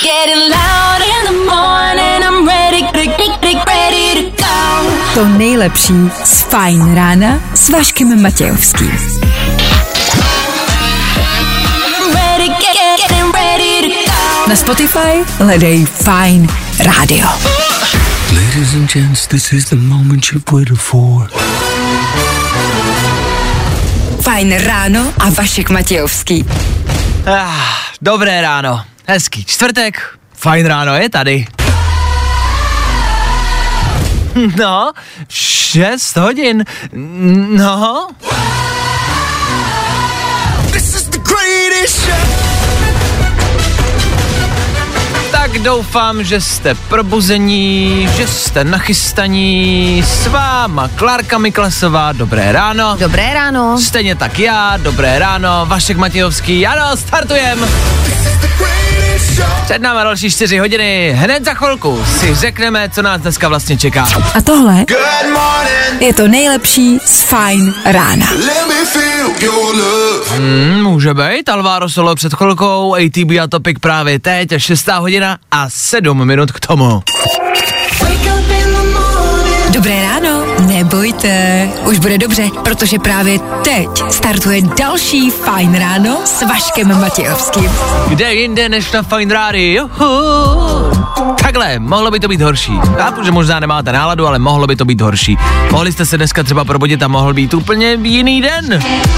To nejlepší z Fajn rána s Vaškem Matějovským. Na Spotify hledej Fajn Radio. Ladies and gents, this is the moment you've waited for. Fajn ráno a Vašek Matějovský. Dobré ráno, hezký čtvrtek, Fajn ráno je tady. No, 6 hodin, no. Tak doufám, že jste probuzení, že jste nachystaní, s váma Klárka Miklasová, dobré ráno. Dobré ráno. Stejně tak já, dobré ráno, Vašek Matějovský, ano, startujem. Před náma další 4 hodiny, hned za chvilku si řekneme, co nás dneska vlastně čeká. A tohle je to nejlepší z Fajn rána. Může být, Alvaro Solo před chvilkou, ATB a Topic právě teď, 6 hodina a 7 minut k tomu. Dobré ráno, nebojte, už bude dobře, protože právě teď startuje další Fajn ráno s Vaškem Matějovským. Kde jinde než na Fajn rádiu? Takhle, mohlo by to být horší. Chápu, že možná nemáte náladu, ale mohlo by to být horší. Mohli jste se dneska třeba probudit a mohl být úplně jiný den.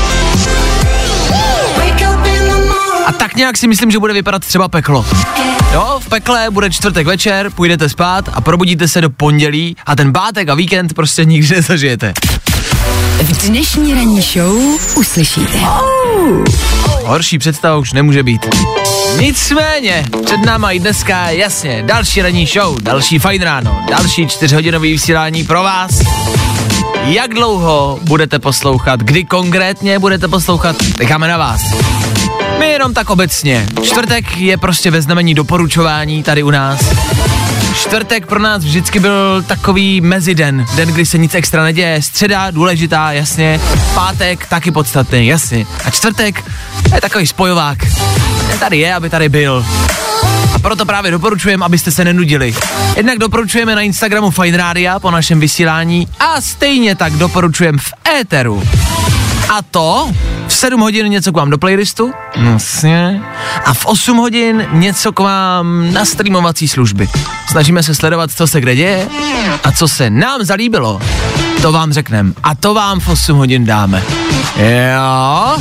A tak nějak si myslím, že bude vypadat třeba peklo. Jo, v pekle bude čtvrtek večer, půjdete spát a probudíte se do pondělí a ten pátek a víkend prostě nikdy nezažijete. V dnešní ranní show uslyšíte. Horší představa už nemůže být. Nicméně, před náma i dneska, jasně, další ranní show, další Fajn ráno, další 4hodinový vysílání pro vás. Jak dlouho budete poslouchat, kdy konkrétně budete poslouchat, necháme na vás. My jenom tak obecně. Čtvrtek je prostě ve znamení doporučování tady u nás. Čtvrtek pro nás vždycky byl takový meziden, den, kdy se nic extra neděje. Středa důležitá, jasně. Pátek taky podstatný, jasně. A čtvrtek je takový spojovák. Tady je, aby tady byl. A proto právě doporučujeme, abyste se nenudili. Jednak doporučujeme na Instagramu Fajn Rádia po našem vysílání a stejně tak doporučujeme v éteru. A to v 7 hodin něco k vám do playlistu, jasně, a v 8 hodin něco k vám na streamovací služby. Snažíme se sledovat, co se kde děje a co se nám zalíbilo, to vám řekneme a to vám v 8 hodin dáme. Jo.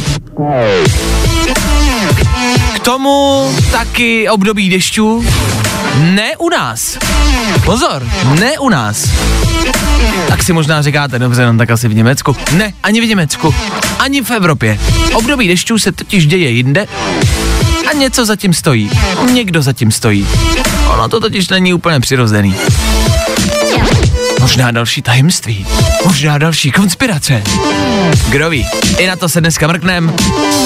K tomu taky období dešťů, ne u nás. Pozor, ne u nás. Tak si možná říkáte, dobře, no tak asi v Německu. Ne, ani v Německu, ani v Evropě. Období dešťů se totiž děje jinde a něco zatím stojí. Někdo zatím stojí. Ono to totiž není úplně přirozený. Možná další tajemství, možná další konspirace. Kdo ví, i na to se dneska mrknem.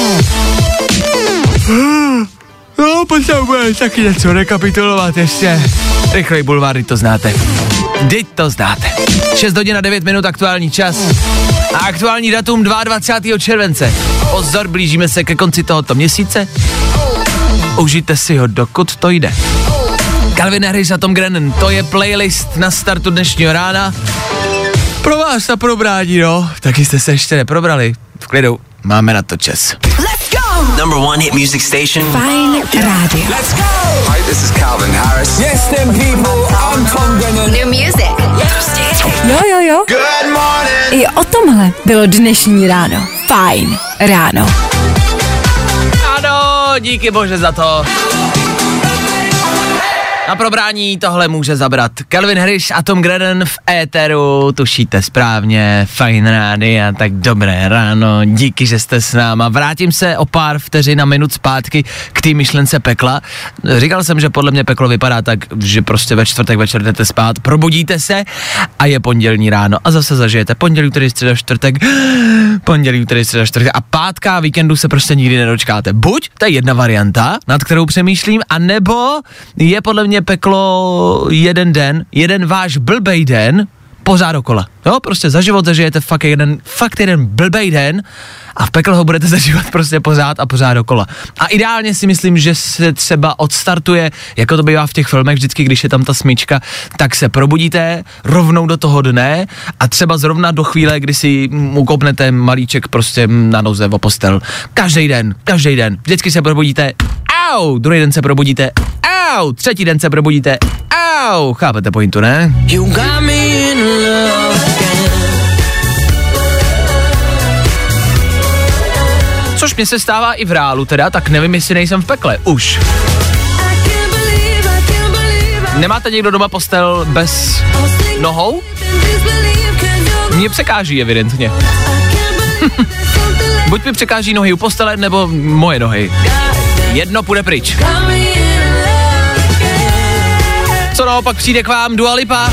No, potřebujeme taky něco rekapitulovat ještě. Rychlej bulvár, to znáte. Vždyť to znáte. 6 hodin a 9 minut aktuální čas. A aktuální datum 22. července. Pozor, blížíme se ke konci tohoto měsíce. Užijte si ho, dokud to jde. Calvin Harris a Tom Grennan, to je playlist na startu dnešního rána. Pro vás na probrání, no. Taky jste se ještě neprobrali. V klidu, máme na to čas. Let's go! Number 1 hit music station. Fajn rádio. Let's go! Hi, this is Calvin Harris. Yes, them people, I'm Tom Grennan. New music. Prostě jo. Good morning. I o tomhle bylo dnešní ráno. Fajn ráno. Ano, díky bože za to. Na probrání tohle může zabrat Calvin Harris a Tom Grennan v éteru, tušíte správně, Fajn rádia, tak dobré ráno, díky, že jste s náma. Vrátím se o pár vteřin a minut zpátky k té myšlence pekla. Říkal jsem, že podle mě peklo vypadá tak, že prostě ve čtvrtek večer jdete spát, probudíte se a je pondělní ráno a zase zažijete pondělí, úterý, středa, čtvrtek, pondělí, úterý, středa, čtvrtek a pátka víkendu se prostě nikdy nedočkáte. Buď to je jedna varianta, nad kterou přemýšlím, a nebo je podle mě peklo jeden den, jeden váš blbej den, pořád dokola. Jo, prostě za život zažijete fakt jeden blbej den a v pekle ho budete zažívat prostě pořád a pořád dokola. A ideálně si myslím, že se třeba odstartuje, jako to bývá v těch filmech vždycky, když je tam ta smyčka, tak se probudíte rovnou do toho dne a třeba zrovna do chvíle, kdy si ukopnete malíček prostě na noze o postel. Každý den, vždycky se probudíte, au, druhý den se probudíte, au, třetí den se probudíte, au, chápete pointu, ne? You got me in love again. Což mě se stává i v reálu teda, tak nevím, jestli nejsem v pekle, už. Nemáte někdo doma postel bez nohou? Mně překáží evidentně. Buď mi překáží nohy u postele, nebo moje nohy. Jedno půjde pryč. Co naopak přijde k vám, Dua Lipa?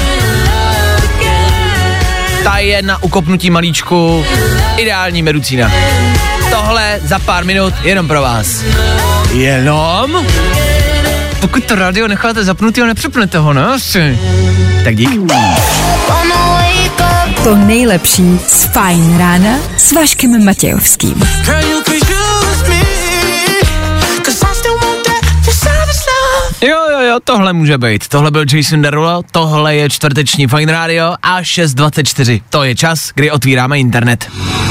Ta je na ukopnutí malíčku ideální medicína. Tohle za pár minut jenom pro vás. Jenom? Pokud to rádio necháte zapnutý a nepřepnete ho, ne? Tak dík. To nejlepší z Fajn rána s Vaškem Matějovským. Jo, tohle může být. Tohle byl Jason Derulo, tohle je čtvrteční Fajn rádio a 6:24. To je čas, kdy otvíráme internet.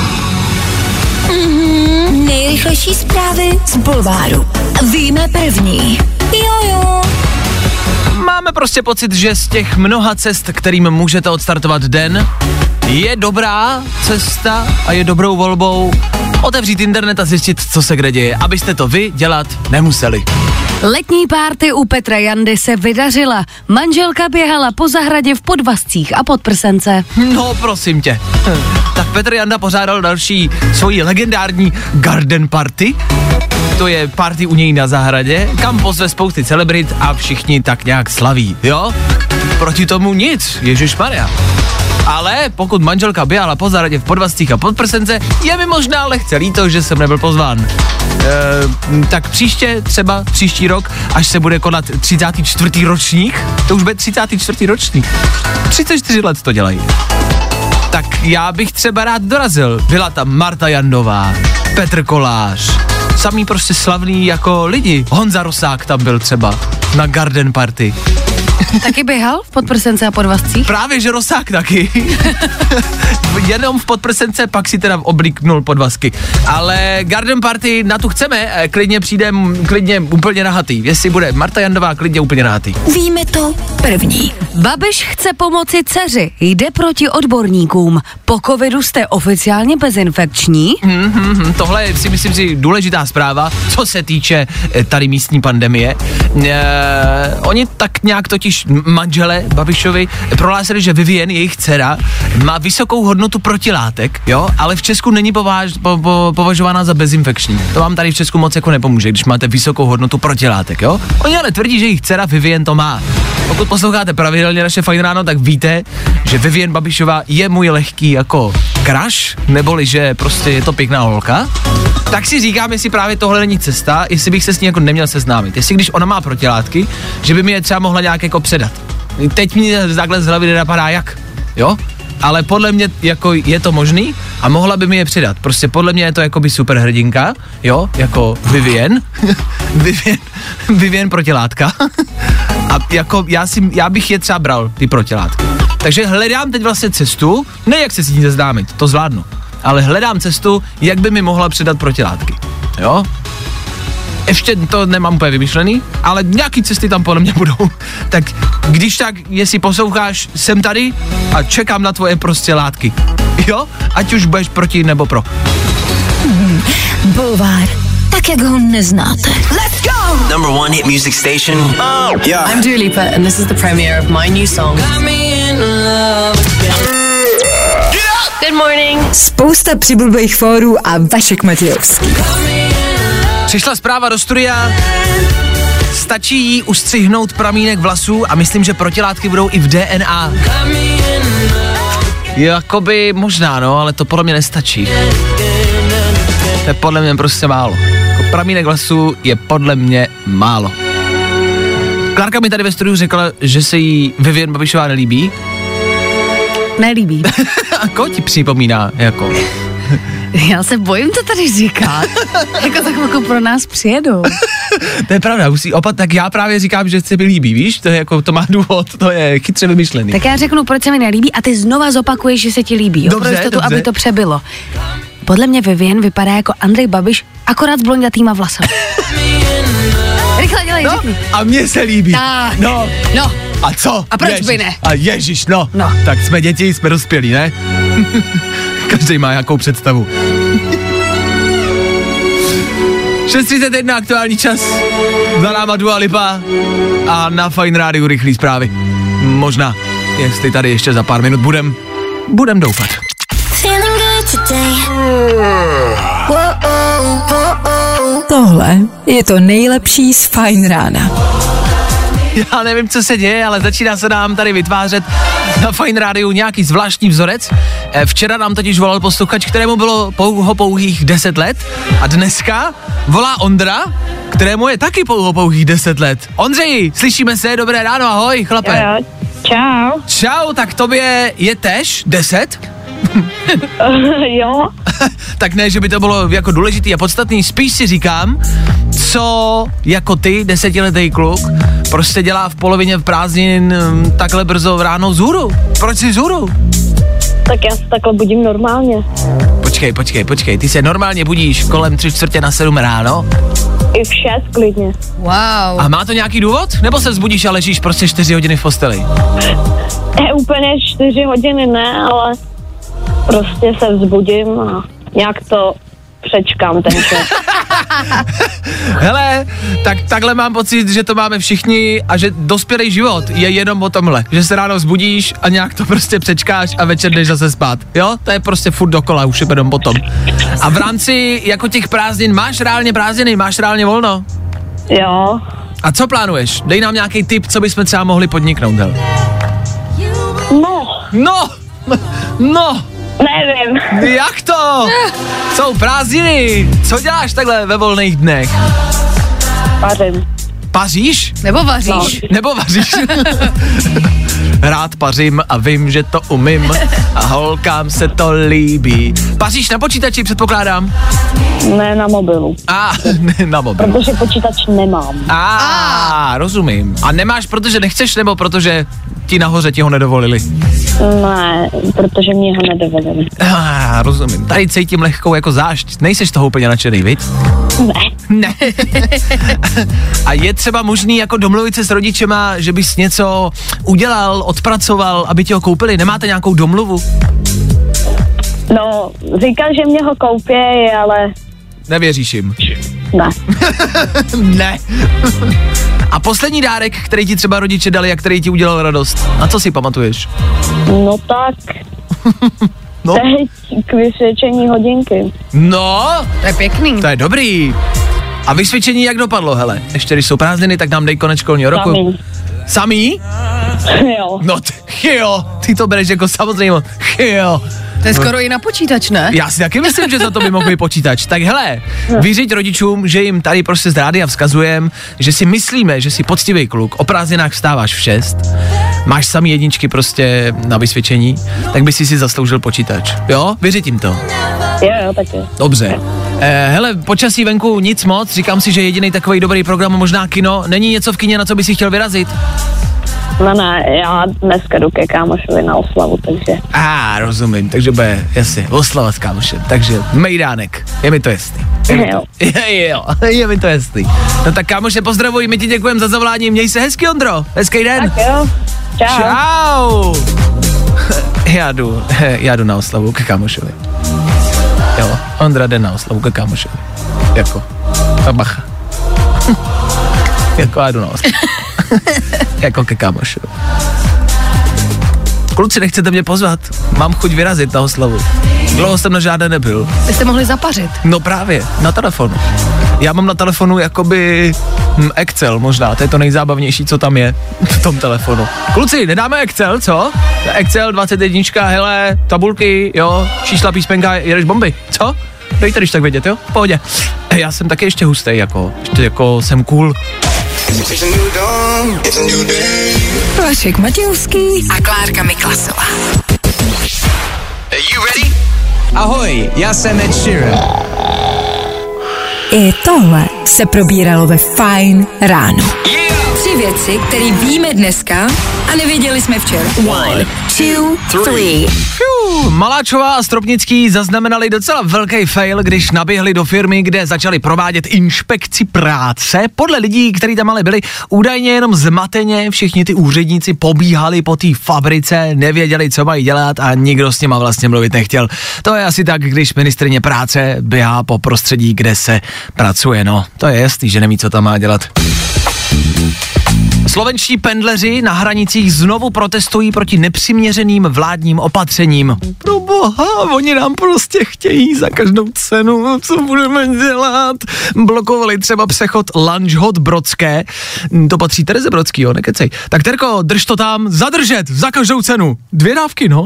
Nejrychlejší zprávy z bulváru. Víme první. Jo. Máme prostě pocit, že z těch mnoha cest, kterým můžete odstartovat den, je dobrá cesta a je dobrou volbou otevřít internet a zjistit, co se kde děje, abyste to vy dělat nemuseli. Letní párty u Petra Jandy se vydařila. Manželka běhala po zahradě v podvazcích a podprsence. No, prosím tě. Tak Petr Janda pořádal další svoji legendární garden party. To je party u něj na zahradě, kam pozve spousty celebrit a všichni tak nějak slaví, jo? Proti tomu nic, ježišmarja. Ale pokud manželka běhala po zahradě v podvazcích a podprsence, je mi možná lehce líto, že jsem nebyl pozván. Tak třeba příští rok, až se bude konat 34. ročník, to už bude 34. ročník. 34 let to dělají. Tak já bych třeba rád dorazil. Byla tam Marta Jandová, Petr Kolář, samý prostě slavný jako lidi. Honza Rosák tam byl třeba na garden party. Taky běhal v podprsence a podvazcích? Právě, že Rosák taky. Jenom v podprsence, pak si teda oblíknul podvazky. Ale garden party na tu chceme, klidně úplně nahatý. Jestli bude Marta Jandová, klidně úplně nahatý. Víme to první. Babiš chce pomoci dceři, jde proti odborníkům. Po covidu jste oficiálně bezinfekční? Tohle je, si myslím, důležitá zpráva, co se týče tady místní pandemie. Oni tak nějak totiž manžele Babišovi prohlásili, že Vivien, jejich dcera, má vysokou hodnotu protilátek, jo, ale v Česku není považována za bezinfekční. To vám tady v Česku moc jako nepomůže, když máte vysokou hodnotu protilátek, jo. Oni ale tvrdí, že jejich dcera Vivien to má. Pokud posloucháte pravidelně naše Fajn ráno, tak víte, že Vivien Babišová je můj lehký jako crush, neboli že prostě je to pěkná holka. Tak si říkám, jestli právě tohle není cesta, jestli bych se s ní jako neměl seznámit. Jestli když ona má protilátky, že by mi je třeba mohla nějak jako předat. Teď mi takhle z hlavy nenapadá jak, jo? Ale podle mě jako je to možný a mohla by mi je přidat. Prostě podle mě je to jakoby superhrdinka, jo, jako Vivien. Vivien protilátka. A jako já bych je třeba bral, ty protilátky. Takže hledám teď vlastně cestu, ne jak se s ní seznámit, to zvládnu, ale hledám cestu, jak by mi mohla přidat protilátky, jo? Ještě to nemám úplně vymyšlený, ale nějaký cesty tam podle mě budou. Tak když tak, jestli posloucháš, jsem tady a čekám na tvoje prostě látky. Jo? Ať už budeš proti nebo pro. Bulvár, tak jak ho neznáte. Let's go! Number one hit music station. Yeah. I'm Dua Lipa and this is the premiere of my new song. Good morning. Spousta přibulbých fórů a Vašek Matějovský. Přišla zpráva do studia, stačí jí ustřihnout pramínek vlasů a myslím, že protilátky budou i v DNA. Jakoby možná, no, ale to podle mě nestačí. To je podle mě prostě málo. Jako pramínek vlasů je podle mě málo. Klárka mi tady ve studiu řekla, že se jí Vivien Babišová nelíbí. Nelíbí. A koho ti připomíná, jako? Já se bojím to tady říkat. Jako za chvilku pro nás přijedou. To je pravda, tak já právě říkám, že se mi líbí, víš? To je jako, to má důvod, to je chytře vymyšlený. Tak já řeknu, proč se mi nelíbí a ty znova zopakuješ, že se ti líbí. Dobře. Aby to přebylo. Podle mě Vivien vypadá jako Andrej Babiš, akorát s blondětýma vlasama. Rychle dělej, řekni. A mně se líbí. Tak. No. A co? A proč by ne? A ježiš, no. No. Tak jsme děti, jsme dospělí, ne? Každý má jakou představu. 6:31 aktuální čas. Za náma Dua Lipa a na Fajn rádiu rychlý zprávy. Možná, jestli tady ještě za pár minut budem doufat. Tohle je to nejlepší z Fajn rána. Já nevím, co se děje, ale začíná se nám tady vytvářet na Fajn rádiu nějaký zvláštní vzorec. Včera nám totiž volal posluchač, kterému bylo pouhých 10 let a dneska volá Ondra, kterému je taky pouhých 10 let. Ondřeji, slyšíme se, dobré ráno, ahoj, chlape. Jo. Čau. Čau, tak tobě je tež 10? Jo. Tak ne, že by to bylo jako důležitý a podstatný, spíš si říkám, co jako ty, 10letý kluk, prostě dělá v polovině prázdnin takhle brzo ráno vzhůru. Proč jsi vzhůru? Tak já se takhle budím normálně. Počkej, ty se normálně budíš kolem 6:45 ráno? I v 6 klidně. Wow. A má to nějaký důvod? Nebo se vzbudíš a ležíš prostě 4 hodiny v posteli? Úplně 4 hodiny ne, ale prostě se vzbudím a nějak to přečkám ten čas. Hele, tak takhle mám pocit, že to máme všichni a že dospělý život je jenom o tomhle, že se ráno vzbudíš a nějak to prostě přečkáš a večer jdeš zase spát, jo? To je prostě furt dokola, už je jenom potom. A v rámci jako těch prázdnin máš reálně prázdniny, máš reálně volno? Jo. A co plánuješ? Dej nám nějaký tip, co bychom třeba mohli podniknout, hel? No! Nevím. Jak to? Jsou prázdniny. Co děláš takhle ve volných dnech? Pařím. Paříš? Nebo vaříš? No. Nebo vaříš? Rád pařím a vím, že to umím a holkám se to líbí. Paříš na počítači, předpokládám? Ne na mobilu. Ne na mobilu. Protože počítač nemám. Rozumím. A nemáš, protože nechceš, nebo protože ti nahoře ti ho nedovolili? Ne, protože mě ho nedovolili. Rozumím. Tady cítím lehkou jako zášť. Nejseš toho úplně nadšený, viď? Ne. A je třeba možný jako domluvit se s rodičema, že bys něco udělal, odpracoval, aby ti ho koupili? Nemáte nějakou domluvu? No, říkal, že mě ho koupí, ale... Nevěříš jim? Ne. Ne. A poslední dárek, který ti třeba rodiče dali a který ti udělal radost? Na co si pamatuješ? No tak... No. Teď k vysvědčení hodinky. No, To je pěkný. to je dobrý. A vysvědčení jak dopadlo, hele? Ještě když jsou prázdniny, tak nám dej konec školního roku. Samý? Jo. No jo, ty to bereš jako samozřejmě. Jo. To je skoro i na počítač, ne? Já si taky myslím, že za to by mohl být počítač. Tak hele, vyřiď rodičům, že jim tady prostě z rádia vzkazujem, že si myslíme, že jsi poctivý kluk, o prázdninách vstáváš v 6, máš samý jedničky prostě na vysvědčení, tak by si zasloužil počítač. Jo? Vyřiď jim to. Jo, taky. Dobře. Hele, počasí venku nic moc, říkám si, že jediný takový dobrý program, možná kino. Není něco v kině, na co by si chtěl vyrazit? Ne, já dneska jdu ke kámošovi na oslavu, takže... Rozumím, takže bude, jasně, oslava s kámošem, takže mejdánek, je mi to jasný. Je mi to jasný. No tak kámoše, pozdravuj, my ti děkujeme za zavolání, měj se hezky, Ondro, hezký den. Tak jo, čau. Já jdu na oslavu ke kámošovi. Jo, Ondra jde na oslavu ke kámošovi. Jako, a bacha. Jako já jdu na oslavu. Jako ke kámošovi. Kluci, nechcete mě pozvat? Mám chuť vyrazit na oslavu. Dlouho jsem na žádné nebyl. Jste mohli zapařit. No právě, na telefonu. Já mám na telefonu jakoby Excel možná, to je to nejzábavnější, co tam je v tom telefonu. Kluci, nedáme Excel, co? Excel 21, hele, tabulky, jo, čísla, písmenka, jedeš bomby, co? Dejte, když tak vědět, jo? V pohodě. Já jsem taky ještě hustej, ještě jsem cool. Vašek Matějovský a Klárka Miklasová. Ahoj, já jsem Ed Sheeran. I tohle se probíralo ve Fajn ráno. 3 věci, které víme dneska a nevěděli jsme včera. 1, 2, 3. Maláčová a Stropnický zaznamenali docela velký fail, když naběhli do firmy, kde začali provádět inspekci práce. Podle lidí, kteří tam ale byli, údajně jenom zmateně všichni ty úředníci pobíhali po té fabrice, nevěděli, co mají dělat a nikdo s nima vlastně mluvit nechtěl. To je asi tak, když ministryně práce běhá po prostředí, kde se pracuje. No, to je jasný, že neví, co tam má dělat. Slovenští pendleři na hranicích znovu protestují proti nepřiměřeným vládním opatřením. Proboha, oni nám prostě chtějí za každou cenu, co budeme dělat. Blokovali třeba přechod Lanžhot-Brodské, to patří Tereze Brodský, jo, nekecej. Tak Terko, drž to tam, zadržet, za každou cenu. 2 dávky, no.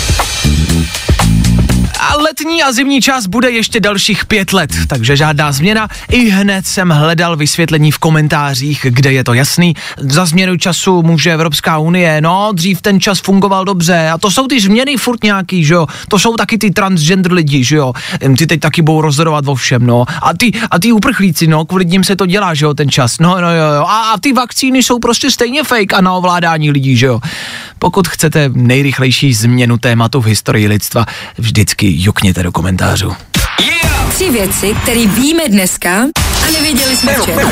A letní a zimní čas bude ještě dalších 5 let, takže žádná změna. I hned jsem hledal vysvětlení v komentářích, kde je to jasný. Za změnu času může Evropská unie, no, dřív ten čas fungoval dobře a to jsou ty změny furt nějaký, že jo. To jsou taky ty transgender lidi, že jo. Ty teď taky budou rozhodovat o všem, no. A ty uprchlíci, no, kvůli ním se to dělá, že jo, ten čas. No, jo. A ty vakcíny jsou prostě stejně fake a na ovládání lidí, že jo. Pokud chcete nejrychlejší změnu tématu v historii lidstva, vždycky jukněte do komentářů. 3 věci, které víme dneska a nevěděli jsme včera.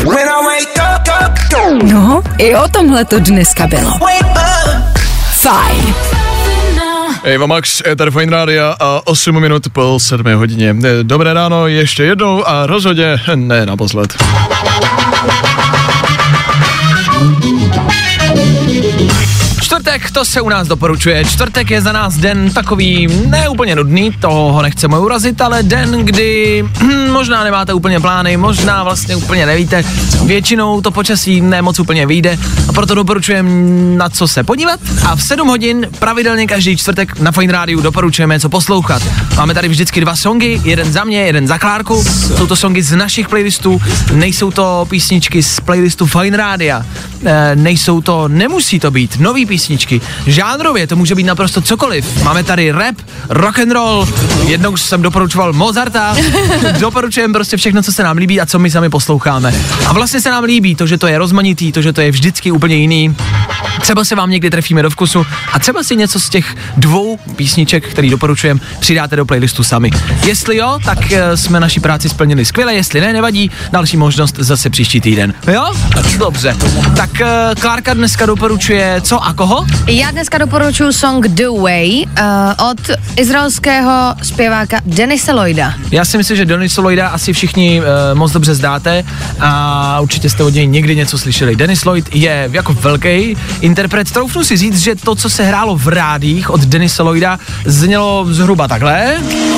No, i o tomhle to dneska bylo. Fajn. Eva Max, Ether Fajn Rádia a 8 minut po 7 hodině. Dobré ráno ještě jednou a rozhodně ne naposled. Čtvrtek, to se u nás doporučuje. Čtvrtek je za nás den takový neúplně nudný, toho ho nechceme urazit, ale den, kdy možná nemáte úplně plány, možná vlastně úplně nevíte. Většinou to počasí nemoc úplně vyjde a proto doporučujeme na co se podívat a v 7 hodin pravidelně každý čtvrtek na Fajn Rádiu doporučujeme co poslouchat. Máme tady vždycky 2 songy, jeden za mě, jeden za Klárku. Jsou to songy z našich playlistů, nejsou to písničky z playlistu Fajn Rádia. Nejsou to, nemusí to být nový písničky. Žánrově to může být naprosto cokoliv. Máme tady rap, rock and roll, jednou jsem doporučoval Mozarta, doporučujeme prostě všechno, co se nám líbí a co my sami posloucháme. A vlastně se nám líbí to, že to je rozmanitý, to, že to je vždycky úplně jiný. Třeba se vám někdy trefíme do vkusu a třeba si něco z těch 2 písniček, který doporučujeme, přidáte do playlistu sami. Jestli jo, tak jsme naši práci splnili skvěle, jestli ne, nevadí, další možnost zase příští týden. Jo? Dobře. Tak Klárka dneska doporučuje co a koho? Já dneska doporučuji song The Way od izraelského zpěváka Denise Lloyda. Já si myslím, že Denise Lloyda asi všichni moc dobře znáte a určitě jste od něj někdy něco slyšeli. Dennis Lloyd je jako velký interpret. Troufnu si říct, že to, co se hrálo v rádiích od Denise Lloyda, znělo zhruba takhle.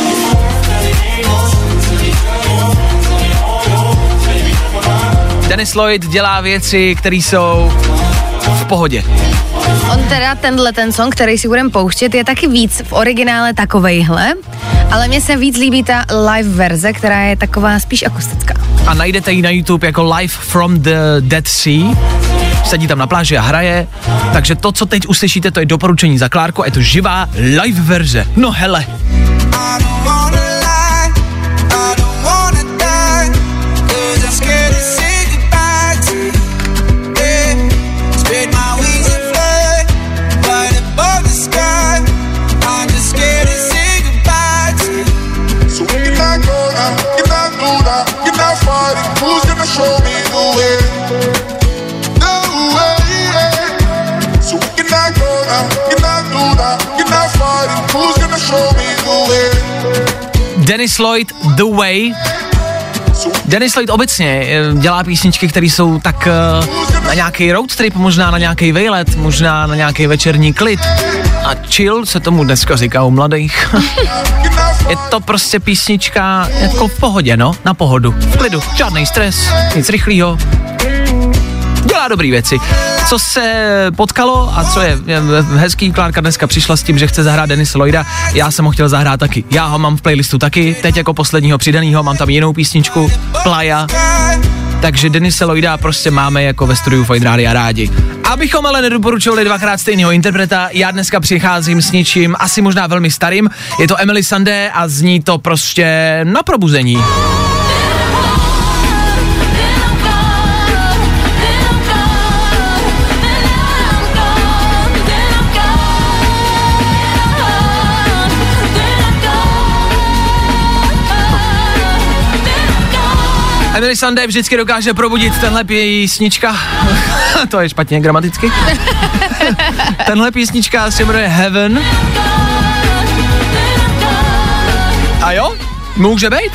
Dennis Lloyd dělá věci, které jsou v pohodě. On teda ten song, který si budeme pouštět, je taky víc v originále takovejhle, ale mně se víc líbí ta live verze, která je taková spíš akustická. A najdete ji na YouTube jako Live from the Dead Sea. Sedí tam na pláži a hraje, takže to, co teď uslyšíte, to je doporučení za Klárku a je to živá live verze. No hele. Dennis Lloyd, The Way. Dennis Lloyd obecně dělá písničky, které jsou tak na nějaký road trip, možná na nějaký vejlet, možná na nějaký večerní klid. A chill se tomu dneska říká u mladých. Je to prostě písnička jako v pohodě, no, na pohodu, v klidu, žádný stres, nic rychlýho. Dělá dobrý věci. Co se potkalo a co je hezký, Klárka dneska přišla s tím, že chce zahrát Denise Lloyda, já jsem ho chtěl zahrát taky. Já ho mám v playlistu taky, teď jako posledního přidanýho, mám tam jinou písničku, Playa. takže Denise Lloyda prostě máme jako ve studiu Fajn Rádia rádi. Abychom ale nedoporučovali dvakrát stejného interpreta, já dneska přicházím s něčím asi možná velmi starým, je to Emeli Sandé a zní to prostě na probuzení. Emeli Sandé vždycky dokáže probudit tenhle písnička. To je špatně gramaticky. Tenhle písnička se jmenuje Heaven. A jo, může být.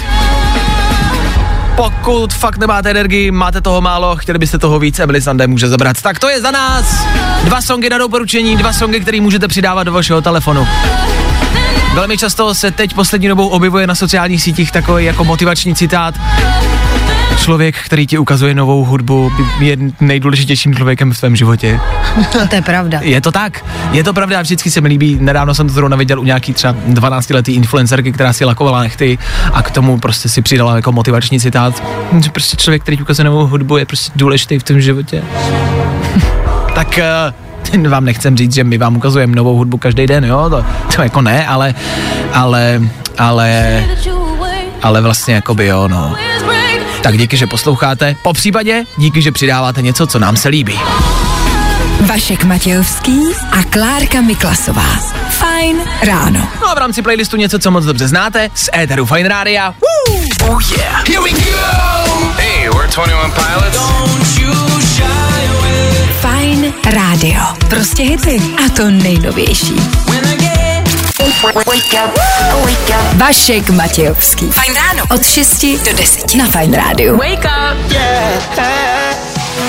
Pokud fakt nemáte energii, máte toho málo, chtěli byste toho víc, Emeli Sandé může zabrat. Tak to je za nás. 2 songy na doporučení, 2 songy, který můžete přidávat do vašeho telefonu. Velmi často se teď poslední dobou objevuje na sociálních sítích takový jako motivační citát. Člověk, který ti ukazuje novou hudbu, je nejdůležitějším člověkem v tvém životě. To je pravda. Je to tak. Je to pravda, vždycky se mi líbí. Nedávno jsem to zrovna viděl u nějaký třeba 12letý influencerky, která si lakovala nechty a k tomu prostě si přidala jako motivační citát. Že prostě člověk, který ti ukazuje novou hudbu, je prostě důležitý v tom životě. Tak vám nechcem říct, že my vám ukazujeme novou hudbu každý den, jo? To jako ne, ale vlastně jakoby jo, no. Tak díky, že posloucháte, popřípadě díky, že přidáváte něco, co nám se líbí. Vašek Matějovský a Klárka Miklasová. Fajn ráno. No a v rámci playlistu něco, co moc dobře znáte, z éteru Fajn Rádia. Oh yeah. Here we go. Hey, we're 21 Pilots. Don't you shy away. Fajn rádio. Prostě hity. A to nejnovější. Vašek Matějovský. Fajn ráno. Od 6 do 10 na Fajn rádiu. Wake up! Yeah.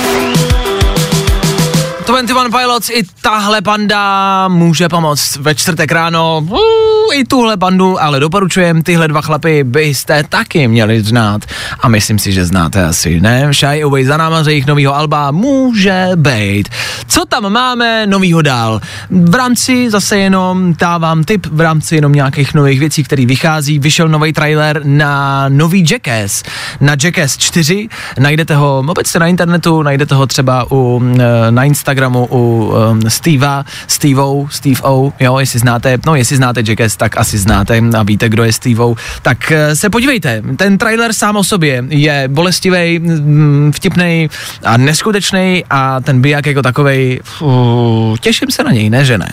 21 Pilots, i tahle banda může pomoct ve čtvrtek ráno. I tuhle bandu, ale doporučujem, tyhle 2 chlapy byste taky měli znát. A myslím si, že znáte asi, ne? Shy Away za náma, že jejich novýho alba může být. Co tam máme novýho dál? V rámci zase jenom dávám tip, v rámci jenom nějakých nových věcí, který vychází, vyšel nový trailer na nový Jackass. Na Jackass 4, najdete ho obecně na internetu, najdete ho třeba na Instagramu u Steve-O, jo, jestli znáte Jackass, tak asi znáte a víte, kdo je Steve-O, tak se podívejte, ten trailer sám o sobě je bolestivej, vtipnej a neskutečnej a ten biják jako takovej, těším se na něj, ne, že ne?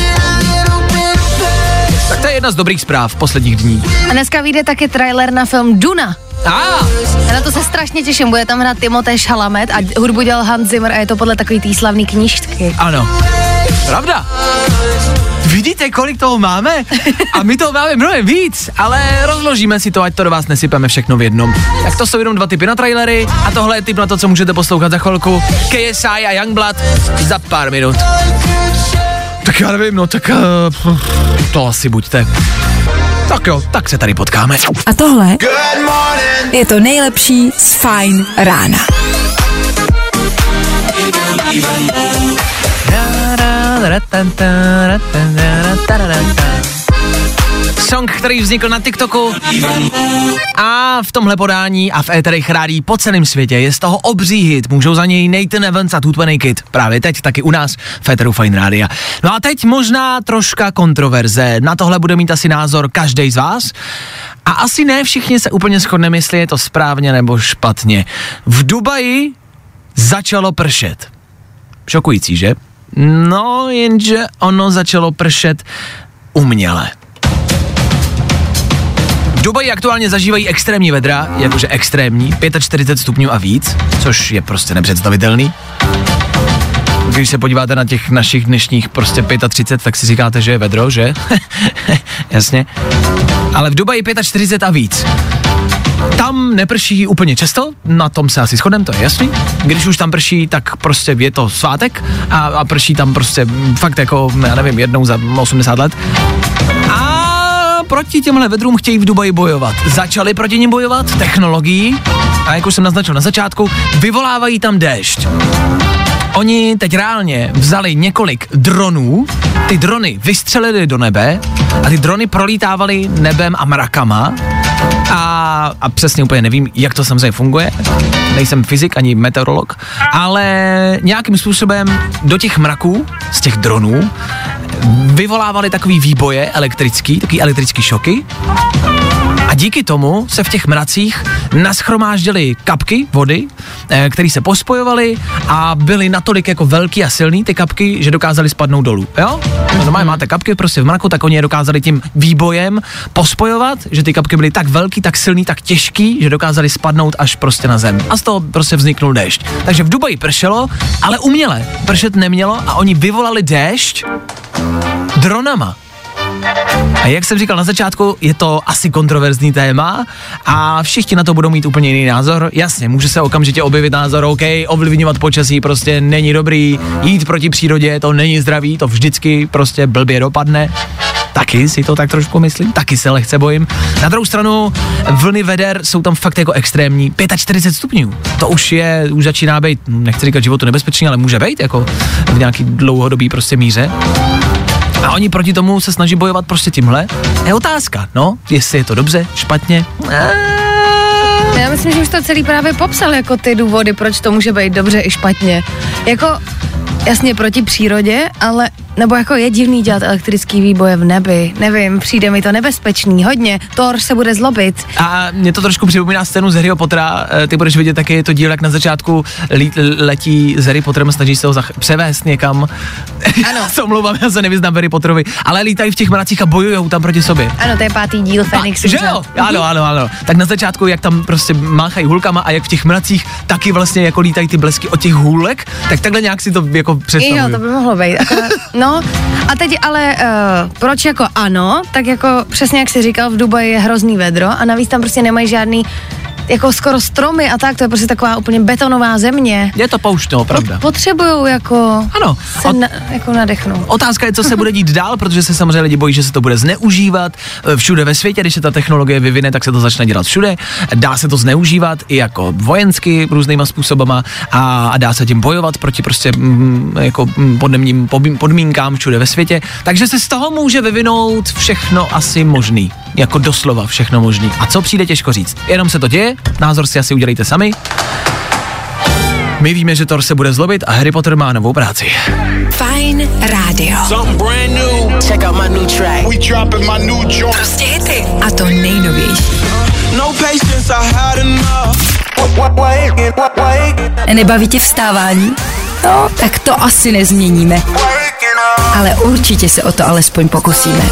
Tak to je jedna z dobrých zpráv posledních dní. A dneska vyjde taky trailer na film Duna. A na to se strašně těším, bude tam hrát Timothée Chalamet a hudbu dělal Hans Zimmer a je to podle takový tý slavný knížky. Ano, pravda. Vidíte, kolik toho máme? A my toho máme mnohem víc, ale rozložíme si to, ať to do vás nesypeme všechno v jednom. Tak to jsou jenom 2 tipy na trailery a tohle je tip na to, co můžete poslouchat za chvilku. KSI a Youngblood za pár minut. Tak já nevím, no tak to asi buďte. Tak jo, tak se tady potkáme. A tohle je to nejlepší z Fajn rána. Song, který vznikl na TikToku a v tomhle podání a v éterech rádií po celém světě je z toho obří hit. Můžou za něj Nathan Evans a Tooth Naked. Právě teď taky u nás v éteru Fajn Rádia. No a teď možná troška kontroverze. Na tohle bude mít asi názor každý z vás. A asi ne všichni se úplně shodneme, jestli je to správně nebo špatně. V Dubaji začalo pršet. Šokující, že? No, jenže ono začalo pršet uměle. V Dubaji aktuálně zažívají extrémní vedra, jakože extrémní, 45 stupňů a víc, což je prostě nepředstavitelný. Když se podíváte na těch našich dnešních prostě 35, tak si říkáte, že je vedro, že? Jasně. Ale v Dubaji 45 a víc. Tam neprší úplně často, na tom se asi shodneme, to je jasný. Když už tam prší, tak prostě je to svátek a prší tam prostě fakt jako, já nevím, jednou za 80 let. A proti těmhle vedrům chtějí v Dubaji bojovat. Začali proti nim bojovat technologií a jak už jsem naznačil na začátku, vyvolávají tam déšť. Oni teď reálně vzali několik dronů, ty drony vystřelili do nebe a ty drony prolítávaly nebem a mrakama a a přesně úplně nevím, jak to samozřejmě funguje, nejsem fyzik ani meteorolog, ale nějakým způsobem do těch mraků z těch dronů vyvolávali takový výboje elektrický, takový elektrický šoky a díky tomu se v těch mracích nashromáždily kapky vody, které se pospojovaly a byly natolik jako velký a silný ty kapky, že dokázaly spadnout dolů, jo? No, normálně máte kapky prostě v mraku, tak oni je dokázali tím výbojem pospojovat, že ty kapky byly tak velký, tak silný, tak těžký, že dokázali spadnout až prostě na zem. A z toho prostě vzniknul déšť. Takže v Dubaji pršelo, ale uměle pršet nemělo a oni vyvolali déšť dronama. A jak jsem říkal na začátku, je to asi kontroverzní téma a všichni na to budou mít úplně jiný názor. Jasně, může se okamžitě objevit názor, OK, ovlivňovat počasí prostě není dobrý, jít proti přírodě, to není zdravý, to vždycky prostě blbě dopadne. Taky si to tak trošku myslím, taky se lehce bojím. Na druhou stranu, vlny veder jsou tam fakt jako extrémní, 45 stupňů. To už začíná být, nechci říkat životu nebezpečný, ale může být jako v nějaký dlouhodobý prostě míře. A oni proti tomu se snaží bojovat prostě tímhle. Je otázka, no, jestli je to dobře, špatně. Já myslím, že už to celý právě popsal jako ty důvody, proč to může být dobře i špatně. Jako jasně proti přírodě, ale nebo jako je divný dělat elektrický výboje v nebi. Nevím, přijde mi to nebezpečný, hodně. Thor se bude zlobit. A mě to trošku připomíná scénu z Harryho Pottera. Ty budeš vidět taky, je to díl, jak na začátku letí s Harry Potterem, snaží se ho převést někam. Ano. Se omlouvám, já se nevyznám Harry Potterovi, ale lítají v těch mracích a bojujou tam proti sobě. Ano, to je 5. díl Fenix. Že jo? Ano. Tak na začátku, jak tam prostě máchají hůlkama a jak v těch mracích taky vlastně jako lítají ty blesky od těch hůlek, tak takhle nějak si to jako představuju. Jo, to by mohlo být. No, a teď ale proč jako ano, tak jako přesně jak jsi říkal, v Dubaji je hrozný vedro a navíc tam prostě nemají žádný jako skoro stromy a tak, to je prostě taková úplně betonová země. Je to poušť, no, pravda. Potřebujou jako ano, jako nadechnout. Otázka je, co se bude dít dál, protože se samozřejmě lidi bojí, že se to bude zneužívat všude ve světě, když se ta technologie vyvine, tak se to začne dělat všude. Dá se to zneužívat i jako vojensky různýma způsobama a dá se tím bojovat proti prostě jako podnebním podmínkám všude ve světě. Takže se z toho může vyvinout všechno asi možný. Jako doslova všechno možný. A co přijde, těžko říct. Jenom se to děje, názor si asi udělejte sami. My víme, že Thor se bude zlobit a Harry Potter má novou práci. Fajn rádio. Prostě hity. A to nejnovější. Nebaví tě vstávání? No, tak to asi nezměníme. Ale určitě se o to alespoň pokusíme.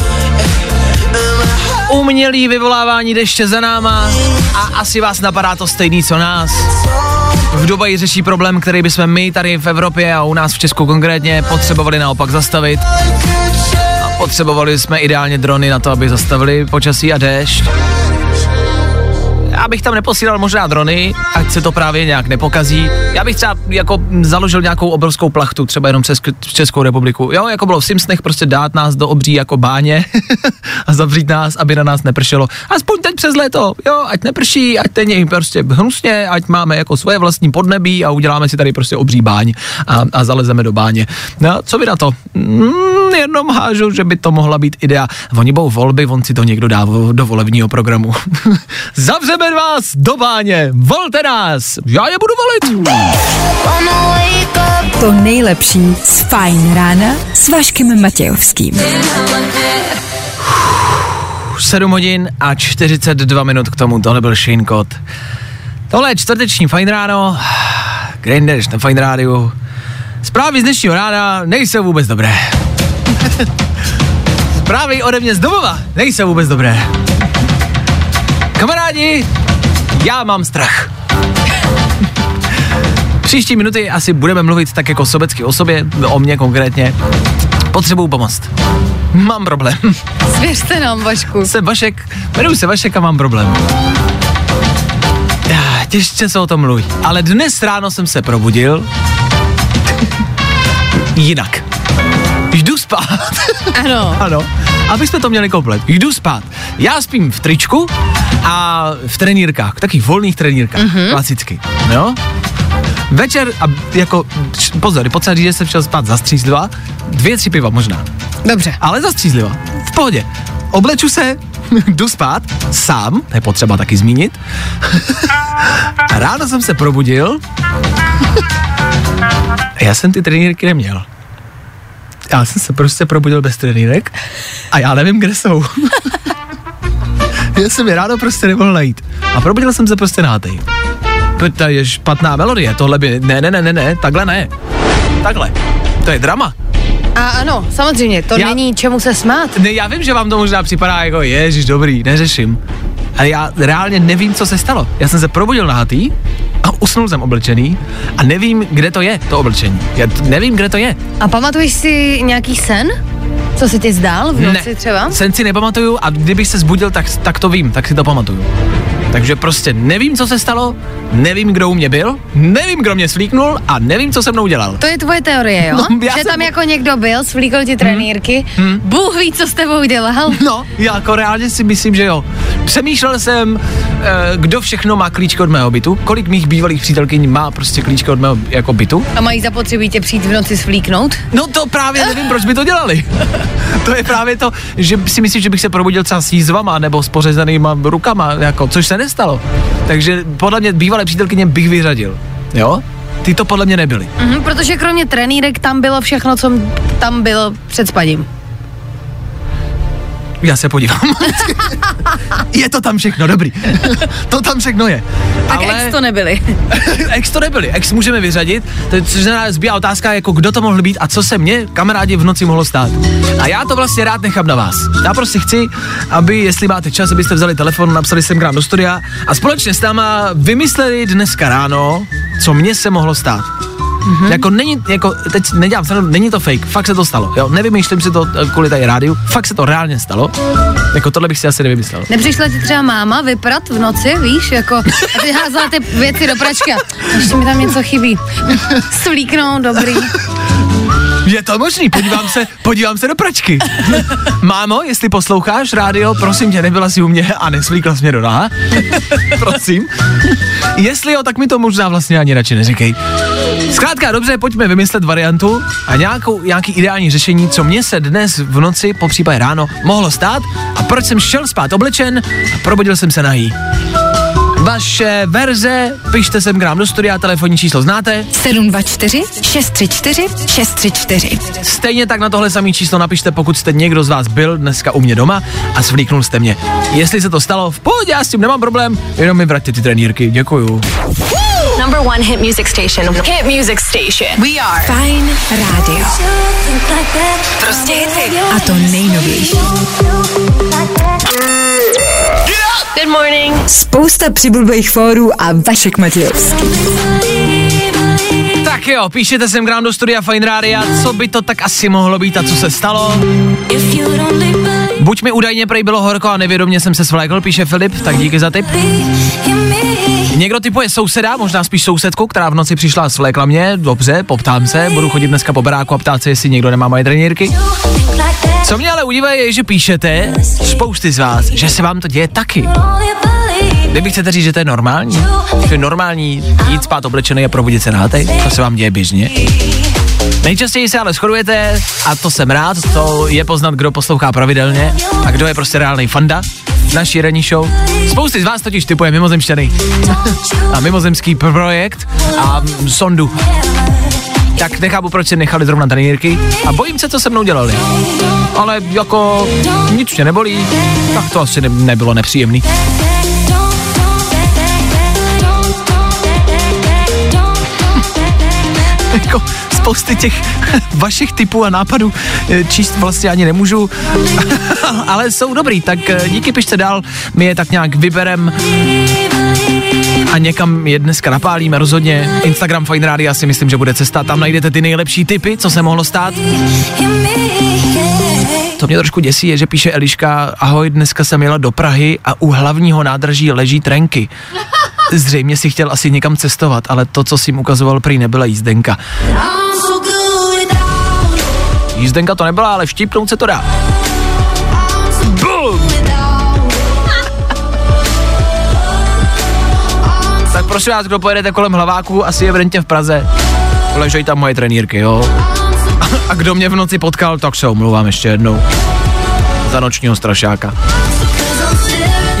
Umělý vyvolávání deště za náma a asi vás napadá to stejný, co nás. V Dubaji řeší problém, který bychom my tady v Evropě a u nás v Česku konkrétně potřebovali naopak zastavit. A potřebovali jsme ideálně drony na to, aby zastavili počasí a déšť. Já bych tam neposílal možná drony, ať se to právě nějak nepokazí. Já bych třeba jako založil nějakou obrovskou plachtu, třeba jenom přes Českou republiku. Jo, jako bylo v Simpsonech, prostě dát nás do obří jako báně a zavřít nás, aby na nás nepršelo. Aspoň teď přes léto, jo, ať neprší, ať není prostě hnusně, ať máme jako svoje vlastní podnebí a uděláme si tady prostě obří báň a zalezeme do báně. No, co by na to? Jenom hážu, že by to mohla být idea. Oni budou volby, on si to někdo dá do volebního programu. Zavřeme vás do báně, volte nás, já je budu volit. To nejlepší z Fajn rána s Vaškem Matějovským. 7 hodin a 42 minut k tomu, tohle byl Shane Cott. Tohle je čtvrteční Fajn ráno, kde jdeš na Fajn rádiu. Zprávy z dnešního rána nejsou vůbec dobré. Zprávy ode mě z domova nejsou vůbec dobré. Kamarádi, já mám strach. Příští minuty asi budeme mluvit tak jako sobecky o sobě, o mně konkrétně. Potřebuju pomoct. Mám problém. Svěřte nám, Vašku. Jmenuji se Vašek a mám problém. Těžce se o tom mluví. Ale dnes ráno jsem se probudil jinak. Jdu spát. Ano. Aby jsme to měli komplet. Jdu spát. Já spím v tričku a v trenýrkách, takových volných trenýrkách, klasicky. Jo? Večer, a jako, pozor, potřeba říct, že jsem šel spát zastřízliva, 2-3 piva možná. Dobře. Ale zastřízliva, v pohodě. Obleču se, jdu spát sám, to je potřeba taky zmínit. A ráno jsem se probudil a já jsem ty trenýrky neměl. Já jsem se prostě probudil bez trenýrek a já nevím, kde jsou. Já jsem je ráno prostě nemohl najít. A probudil jsem se prostě nahátej. To je špatná melodie, tohle by, ne, takhle ne. Takhle, to je drama. A ano, samozřejmě, to není čemu se smát. Ne, já vím, že vám to možná připadá jako, ježiš, dobrý, neřeším. Ale já reálně nevím, co se stalo. Já jsem se probudil nahatý a usnul jsem oblečený a nevím, kde to je, to oblečení. Já nevím, kde to je. A pamatuješ si nějaký sen? Co se ti zdál v noci třeba? Sen si nepamatuju a kdybych se zbudil, tak to vím, tak si to pamatuju. Takže prostě nevím, co se stalo, nevím, kdo u mě byl, nevím, kdo mě svlíknul a nevím, co se mnou dělal. To je tvoje teorie, jo? No, že tam jako někdo byl, svlíkl ti trenýrky, Bůh ví, co s tebou dělal. No, já jako reálně si myslím, že jo. Přemýšlel jsem, kdo všechno má klíčko od mého bytu, kolik mých bývalých přítelkyň má prostě klíčko od mého jako bytu. A mají zapotřebí tě přijít v noci svlíknout? No to právě nevím, proč by to dělali. To je právě to, že si myslím, že bych se probudil třeba s jízvama nebo s pořezanýma rukama, jako, což se nestalo. Takže podle mě bývalé přítelkyně bych vyřadil, jo? Ty to podle mě nebyly. Protože kromě trenýrek tam bylo všechno, co tam bylo před spaním. Já se podívám. Je to tam všechno, dobrý. To tam všechno je. Tak ale ex to nebyli. Ex to nebyli, ex můžeme vyřadit, což znamená zbývá otázka, jako kdo to mohl být a co se mně, kamarádi, v noci mohlo stát. A já to vlastně rád nechám na vás. Já prostě chci, aby, jestli máte čas, abyste vzali telefon, napsali sem k nám do studia a společně s náma vymysleli dneska ráno, co mně se mohlo stát. Jako není, jako teď nedělám se, není to fake, fakt se to stalo, jo, nevymýšlím si to kvůli tady rádiu, fakt se to reálně stalo, jako tohle bych si asi nevymyslel. Nepřišla ti třeba máma vyprat v noci, víš, jako, a ty házela ty věci do pračky a ještě mi tam něco chybí, svlíknout, dobrý. Je to možný, podívám se do pračky. Mámo, jestli posloucháš rádio, prosím tě, nebyla si u mě a nesvlíkla jsi mě do náha. Prosím. Jestli jo, tak mi to možná vlastně ani radši neříkej. Zkrátka, dobře, pojďme vymyslet variantu a nějaký ideální řešení, co mě se dnes v noci, popřípadě ráno, mohlo stát a proč jsem šel spát oblečen a probudil jsem se nahý. Vaše verze, pište sem k nám do studia, telefonní číslo znáte? 724 634 634. Stejně tak na tohle samé číslo napište, pokud jste někdo z vás byl dneska u mě doma a svlíknul jste mě. Jestli se to stalo, v pohodě, já s tím nemám problém, jenom mi vraťte ty trenýrky, děkuju. Number one hit music station. Hit music station. We are Fajn rádio. Prostě hity. A to nejnovější. Good morning. Spousta přibulbých fórů a Vašek Matějovský. Tak jo, píšete sem k nám do studia Fajn rádia, co by to tak asi mohlo být a co se stalo. Buď mi údajně prej bylo horko a nevědomě jsem se svlékl, píše Filip, tak díky za tip. Někdo typuje souseda, možná spíš sousedku, která v noci přišla a svlékla mě, dobře, poptám se, budu chodit dneska po baráku a ptát se, jestli někdo nemá moje trenýrky. Co mě ale udívá je, že píšete, spousty z vás, že se vám to děje taky. Kdyby chcete říct, že to je normální, že je normální jít spát oblečený a probudit se nahatej, to se vám děje běžně. Nejčastěji se ale shodujete, a to jsem rád, to je poznat, kdo poslouchá pravidelně a kdo je prostě reálnej fanda naší ranní show. Spousty z vás totiž typuje mimozemšťany a mimozemský projekt a sondu. Tak nechápu, proč si nechali zrovna trenýrky a bojím se, co se mnou dělali. Ale jako nic mě nebolí, tak to asi nebylo nepříjemný. Jako spousty těch vašich typů a nápadů číst vlastně ani nemůžu, ale jsou dobrý, tak díky, pište dál, my je tak nějak vyberem a někam je dneska napálíme rozhodně. Instagram Fajn rádia si myslím, že bude cesta, tam najdete ty nejlepší tipy, co se mohlo stát. To mě trošku děsí je, že píše Eliška, ahoj, dneska jsem jela do Prahy a u hlavního nádraží leží trenky. Zřejmě si chtěl asi někam cestovat, ale to, co si jim ukazoval, prý nebyla jízdenka. Jízdenka to nebyla, ale vštípnout se to dá. Boom! Tak prosím vás, kdo pojedete kolem Hlaváku, asi je v rentě v Praze, ležejí tam moje trenýrky, jo. A kdo mě v noci potkal, tak se omlouvám ještě jednou. Za nočního strašáka.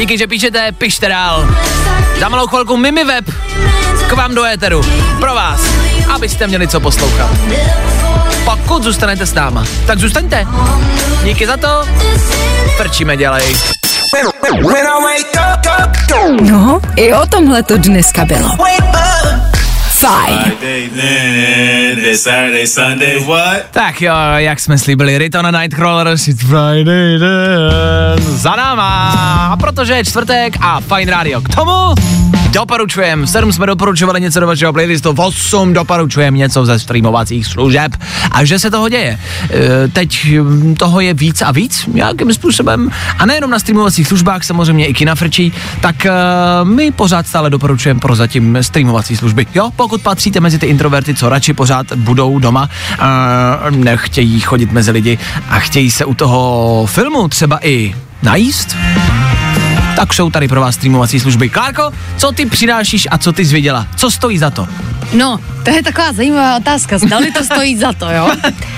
Díky, že píšete, pište dál. Za malou chvilku Mimi Web k vám do éteru. Pro vás, abyste měli co poslouchat. Pokud zůstanete s náma, tak zůstaňte. Díky za to. Frčíme, dělej. No, i o tomhle to dneska bylo. Fajn. Tak jo, jak jsme slíbili, Riton a Nightcrawlers, it's Friday then. Za náma, a protože je čtvrtek a Fajn rádio k tomu doporučujem. 7 jsme doporučovali něco do vašeho playlistu, 8 doporučujem něco ze streamovacích služeb a že se toho děje. Teď toho je víc a víc, nějakým způsobem, a nejenom na streamovacích službách, samozřejmě i kina frčí, tak my pořád stále doporučujeme prozatím streamovací služby. Jo, pokud patříte mezi ty introverty, co radši pořád budou doma, nechtějí chodit mezi lidi a chtějí se u toho filmu třeba i najíst, tak jsou tady pro vás streamovací služby. Klárko, co ty přinášíš a co ty jsi viděla? Co stojí za to? No, to je taková zajímavá otázka, zdali to stojí za to, jo?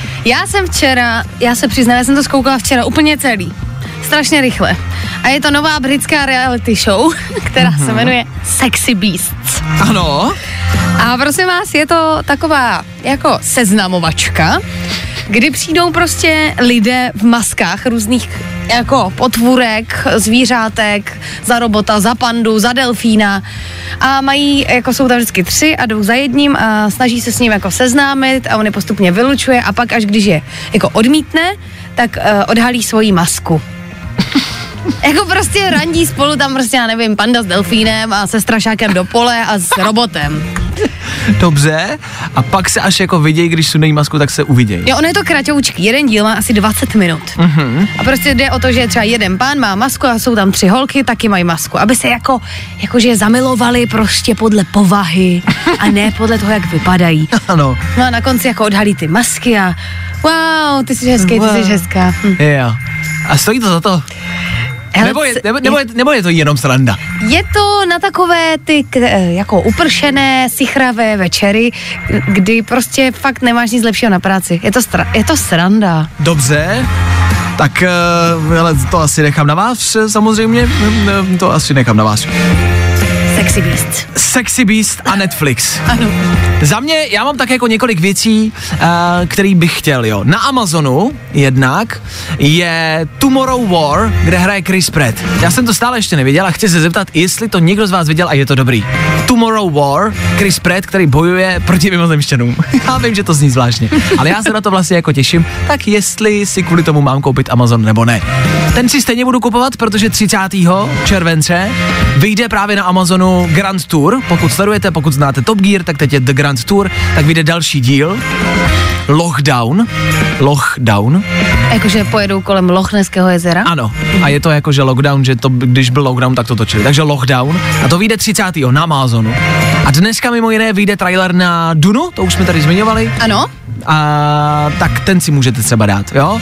Já se přiznám, já jsem to zkoukala včera úplně celý. Strašně rychle. A je to nová britská reality show, která se jmenuje Sexy Beasts. Ano. A prosím vás, je to taková jako seznamovačka, kdy přijdou prostě lidé v maskách různých jako potvůrek, zvířátek, za robota, za pandu, za delfína a mají, jako jsou tam vždycky 3 a jdou za jedním a snaží se s ním jako seznámit a on je postupně vylučuje a pak až když je jako odmítne, tak odhalí svoji masku. Jako prostě randí spolu tam prostě, já nevím, panda s delfínem a se strašákem do pole a s robotem. Dobře, a pak se až jako vidějí, když sundají masku, tak se uvidějí. Jo, ono je to kratoučký, jeden díl má asi 20 minut. A prostě jde o to, že třeba jeden pán má masku a jsou tam 3 holky, taky mají masku, aby se jakože je zamilovali prostě podle povahy a ne podle toho, jak vypadají. Ano. No a na konci jako odhalí ty masky a wow, ty jsi hezký, ty jsi hezká. Jo. A stojí to za to? Nebo je to jenom sranda? Je to na takové ty jako upršené, sichravé večery, kdy prostě fakt nemáš nic lepšího na práci. Je to sranda. Dobře, tak ale to asi nechám na vás, samozřejmě. To asi nechám na vás. Sexy Beast. Sexy Beast a Netflix. Ano. Za mě, já mám tak jako několik věcí, který bych chtěl, jo. Na Amazonu jednak je Tomorrow War, kde hraje Chris Pratt. Já jsem to stále ještě neviděl a chci se zeptat, jestli to někdo z vás viděl a je to dobrý. Tomorrow War, Chris Pratt, který bojuje proti mimozemšťanům. Já vím, že to zní zvláštně, ale já se na to vlastně jako těším, tak jestli si kvůli tomu mám koupit Amazon nebo ne. Ten si stejně budu kupovat, protože 30. července vyjde právě na Amazonu Grand Tour. Pokud sledujete, pokud znáte Top Gear, tak teď je The Grand Tour, tak vyjde další díl. Lockdown. Jakože pojedou kolem Lochneského jezera? Ano. A je to jakože lockdown, že to, když byl lockdown, tak to točili. Takže Lockdown. A to vyjde 30. na Amazonu. A dneska mimo jiné vyjde trailer na Dunu, to už jsme tady zmiňovali. Ano. A tak ten si můžete třeba dát, jo?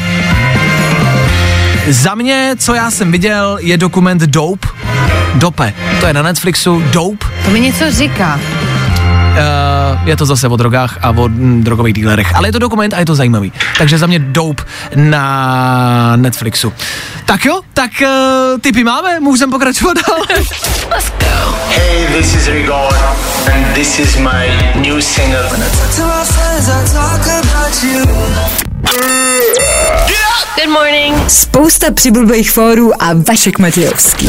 Za mě, co já jsem viděl, je dokument Dope. To je na Netflixu, Dope. To mi něco říká. Je to zase o drogách a o drogových dealerech, ale je to dokument a je to zajímavý. Takže za mě Dope na Netflixu. Tak jo, tak tipy máme, můžeme pokračovat dál. Let's go. Hey, this is Rigor and this is my new single. Good morning. Spousta přibulbých fórů a Vašek Matějovský.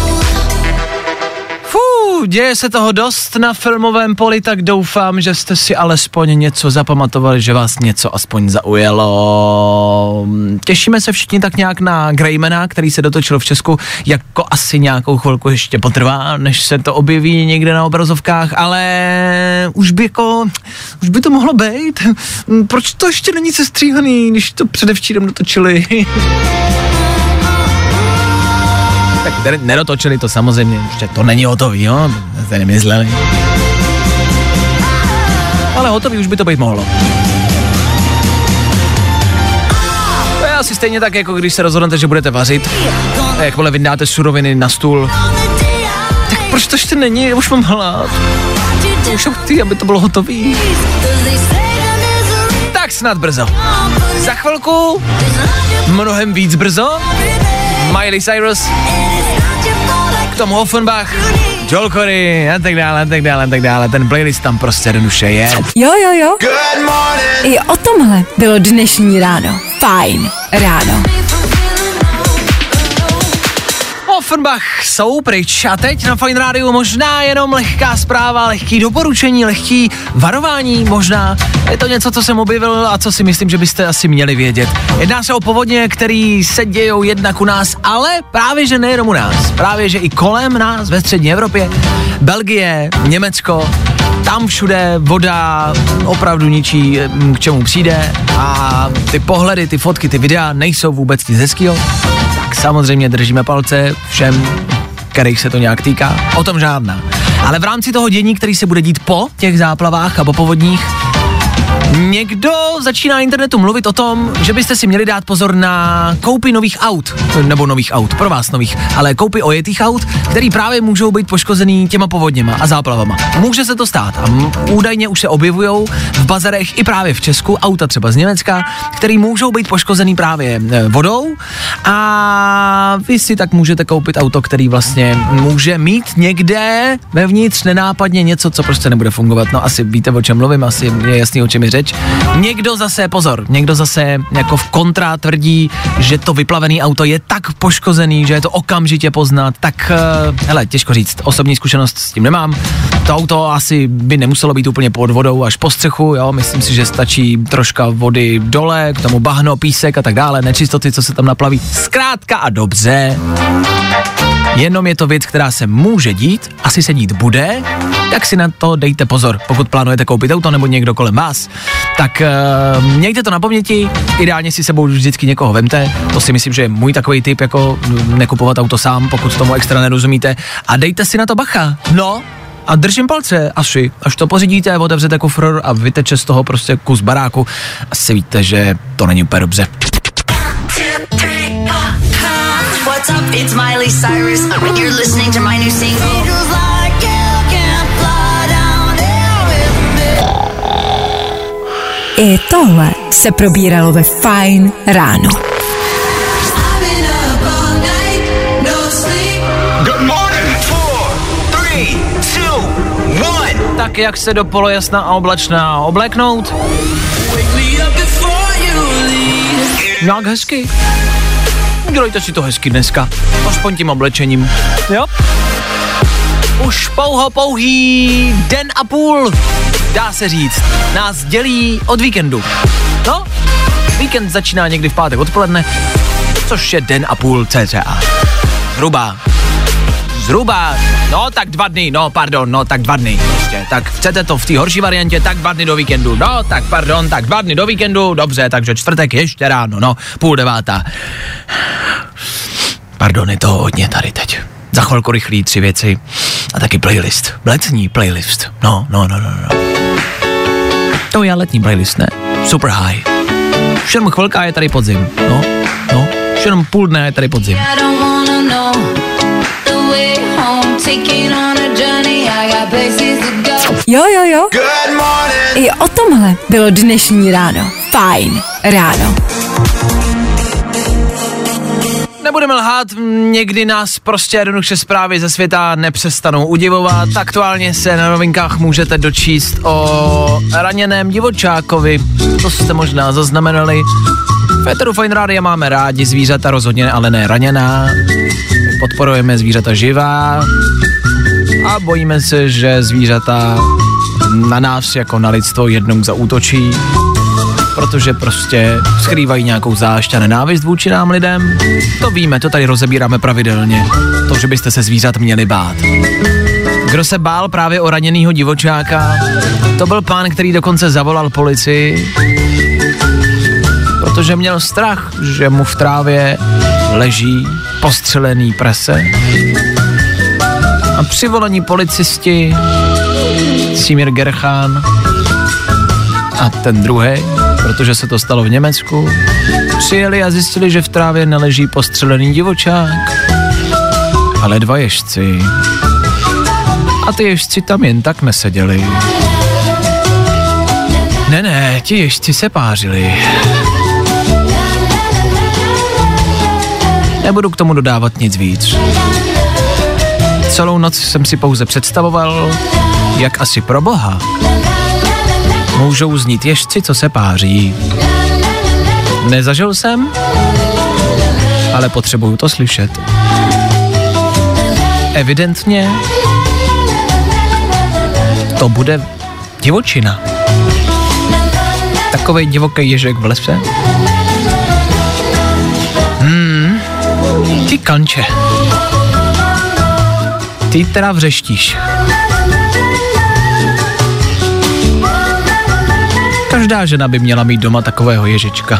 Děje se toho dost na filmovém poli, tak doufám, že jste si alespoň něco zapamatovali, že vás něco aspoň zaujalo. Těšíme se všichni tak nějak na Greymana, který se dotočil v Česku, jako asi nějakou chvilku ještě potrvá, než se to objeví někde na obrazovkách, ale už by to mohlo být. Proč to ještě není sestříhaný, když to předevčírem dotočili? Tak nedotočili to samozřejmě, ještě to není hotový, jo, jste nemysleli. Ale hotový už by to být mohlo. To je asi stejně tak, jako když se rozhodnete, že budete vařit a jakmile vyndáte suroviny na stůl. Tak proč to ještě není, už mám hlad. Už chci, aby to bylo hotový. Tak snad brzo. Za chvilku, mnohem víc brzo, Miley Cyrus tomu Offenbach, Joel Corey a tak dále. Ten playlist tam prostě jednoduše je. Jo. I o tomhle bylo dnešní ráno. Fajn ráno. Offenbach jsou pryč a teď na Fajn rádiu možná jenom lehká zpráva, lehký doporučení, lehký varování možná. Je to něco, co jsem objevil a co si myslím, že byste asi měli vědět. Jedná se o povodně, který se dějou jednak u nás, ale právě že nejenom u nás. Právě že i kolem nás ve střední Evropě, Belgie, Německo, tam všude voda opravdu ničí, k čemu přijde a ty pohledy, ty fotky, ty videa nejsou vůbec nic hezkýho. Tak samozřejmě držíme palce všem, kterých se to nějak týká. O tom žádná. Ale v rámci toho dění, který se bude dít po těch záplavách a po povodních, někdo začíná na internetu mluvit o tom, že byste si měli dát pozor na koupy nových aut, nebo nových aut, pro vás nových, ale koupy ojetých aut, který právě můžou být poškozený těma povodněma a záplavama. Může se to stát a údajně už se objevujou v bazarech i právě v Česku auta třeba z Německa, který můžou být poškozený právě vodou a vy si tak můžete koupit auto, který vlastně může mít někde vevnitř nenápadně něco, co prostě nebude fungovat. No asi víte, o čem mluvím, asi je jasný, o čem je řeč. Někdo zase jako v kontra tvrdí, že to vyplavený auto je tak poškozený, že je to okamžitě poznat, tak hele, těžko říct, osobní zkušenost s tím nemám. To auto asi by nemuselo být úplně pod vodou až po střechu, jo, myslím si, že stačí troška vody dole, k tomu bahno, písek a tak dále, nečistoty, co se tam naplaví. Zkrátka a dobře. Jenom je to věc, která se může dít, asi se dít bude, tak si na to dejte pozor, pokud plánujete koupit auto nebo někdo kolem vás. Tak mějte to na paměti, ideálně si sebou vždycky někoho vemte, to si myslím, že je můj takový tip, jako nekupovat auto sám, pokud tomu extra nerozumíte, a dejte si na to bacha, no. A držím palce, až to pořídíte, otevřete kufr a vyteče z toho prostě kus baráku, asi víte, že to není úplně dobře. What's up? It's Miley Cyrus. You're listening to my new single. I tohle se probíralo ve Fajn ráno. Good morning. 4, 3, 2, 1. Tak jak se do polojasna a oblačná obléknout? Nějak hezky. Udělejte si to hezky dneska, aspoň tím oblečením, jo? Už pouhý den a půl, dá se říct, nás dělí od víkendu. No, víkend začíná někdy v pátek odpoledne, což je den a půl cca. Zhruba, no tak 2 dny, tak 2 dny prostě. Tak chcete to v té horší variantě, tak 2 dny do víkendu, no tak pardon, tak 2 dny do víkendu, dobře, takže čtvrtek ještě ráno, no, 8:30. Pardon, je to hodně tady teď. Za chvilku rychlý 3 věci a taky playlist, letní playlist, no. To je letní playlist, ne? Super high. Už jenom chvilka je tady podzim, no. Už jenom půl dne je tady podzim. Jo. I o tomhle bylo dnešní ráno. Fajn ráno. Nebudeme lhát, někdy nás prostě jednoduše zprávy ze světa nepřestanou udivovat. Aktuálně se na novinkách můžete dočíst o raněném divočákovi. To jste možná zaznamenali. V éteru Fajn rádia máme rádi zvířata, rozhodně ale ne raněná. Podporujeme zvířata živá a bojíme se, že zvířata na nás jako na lidstvo jednou zaútočí, protože prostě skrývají nějakou zášť a nenávist vůči nám lidem. To víme, to tady rozebíráme pravidelně. To, že byste se zvířat měli bát. Kdo se bál právě o raněnýho divočáka, to byl pán, který dokonce zavolal policii, protože měl strach, že mu v trávě leží postřelený prase. A přivolení policisti Simir Gerchán a ten druhý, protože se to stalo v Německu, přijeli a zjistili, že v trávě neleží postřelený divočák, ale 2 ježci. A ty ježci tam jen tak neseděli. Ne, ti ježci se pářili. Nebudu k tomu dodávat nic víc. Celou noc jsem si pouze představoval, jak asi pro Boha můžou znít ježci, co se páří. Nezažil jsem, ale potřebuju to slyšet. Evidentně to bude divočina. Takovej divoký ježek v lese. Ty kanče. Ty teda vřeštíš. Každá žena by měla mít doma takového ježička,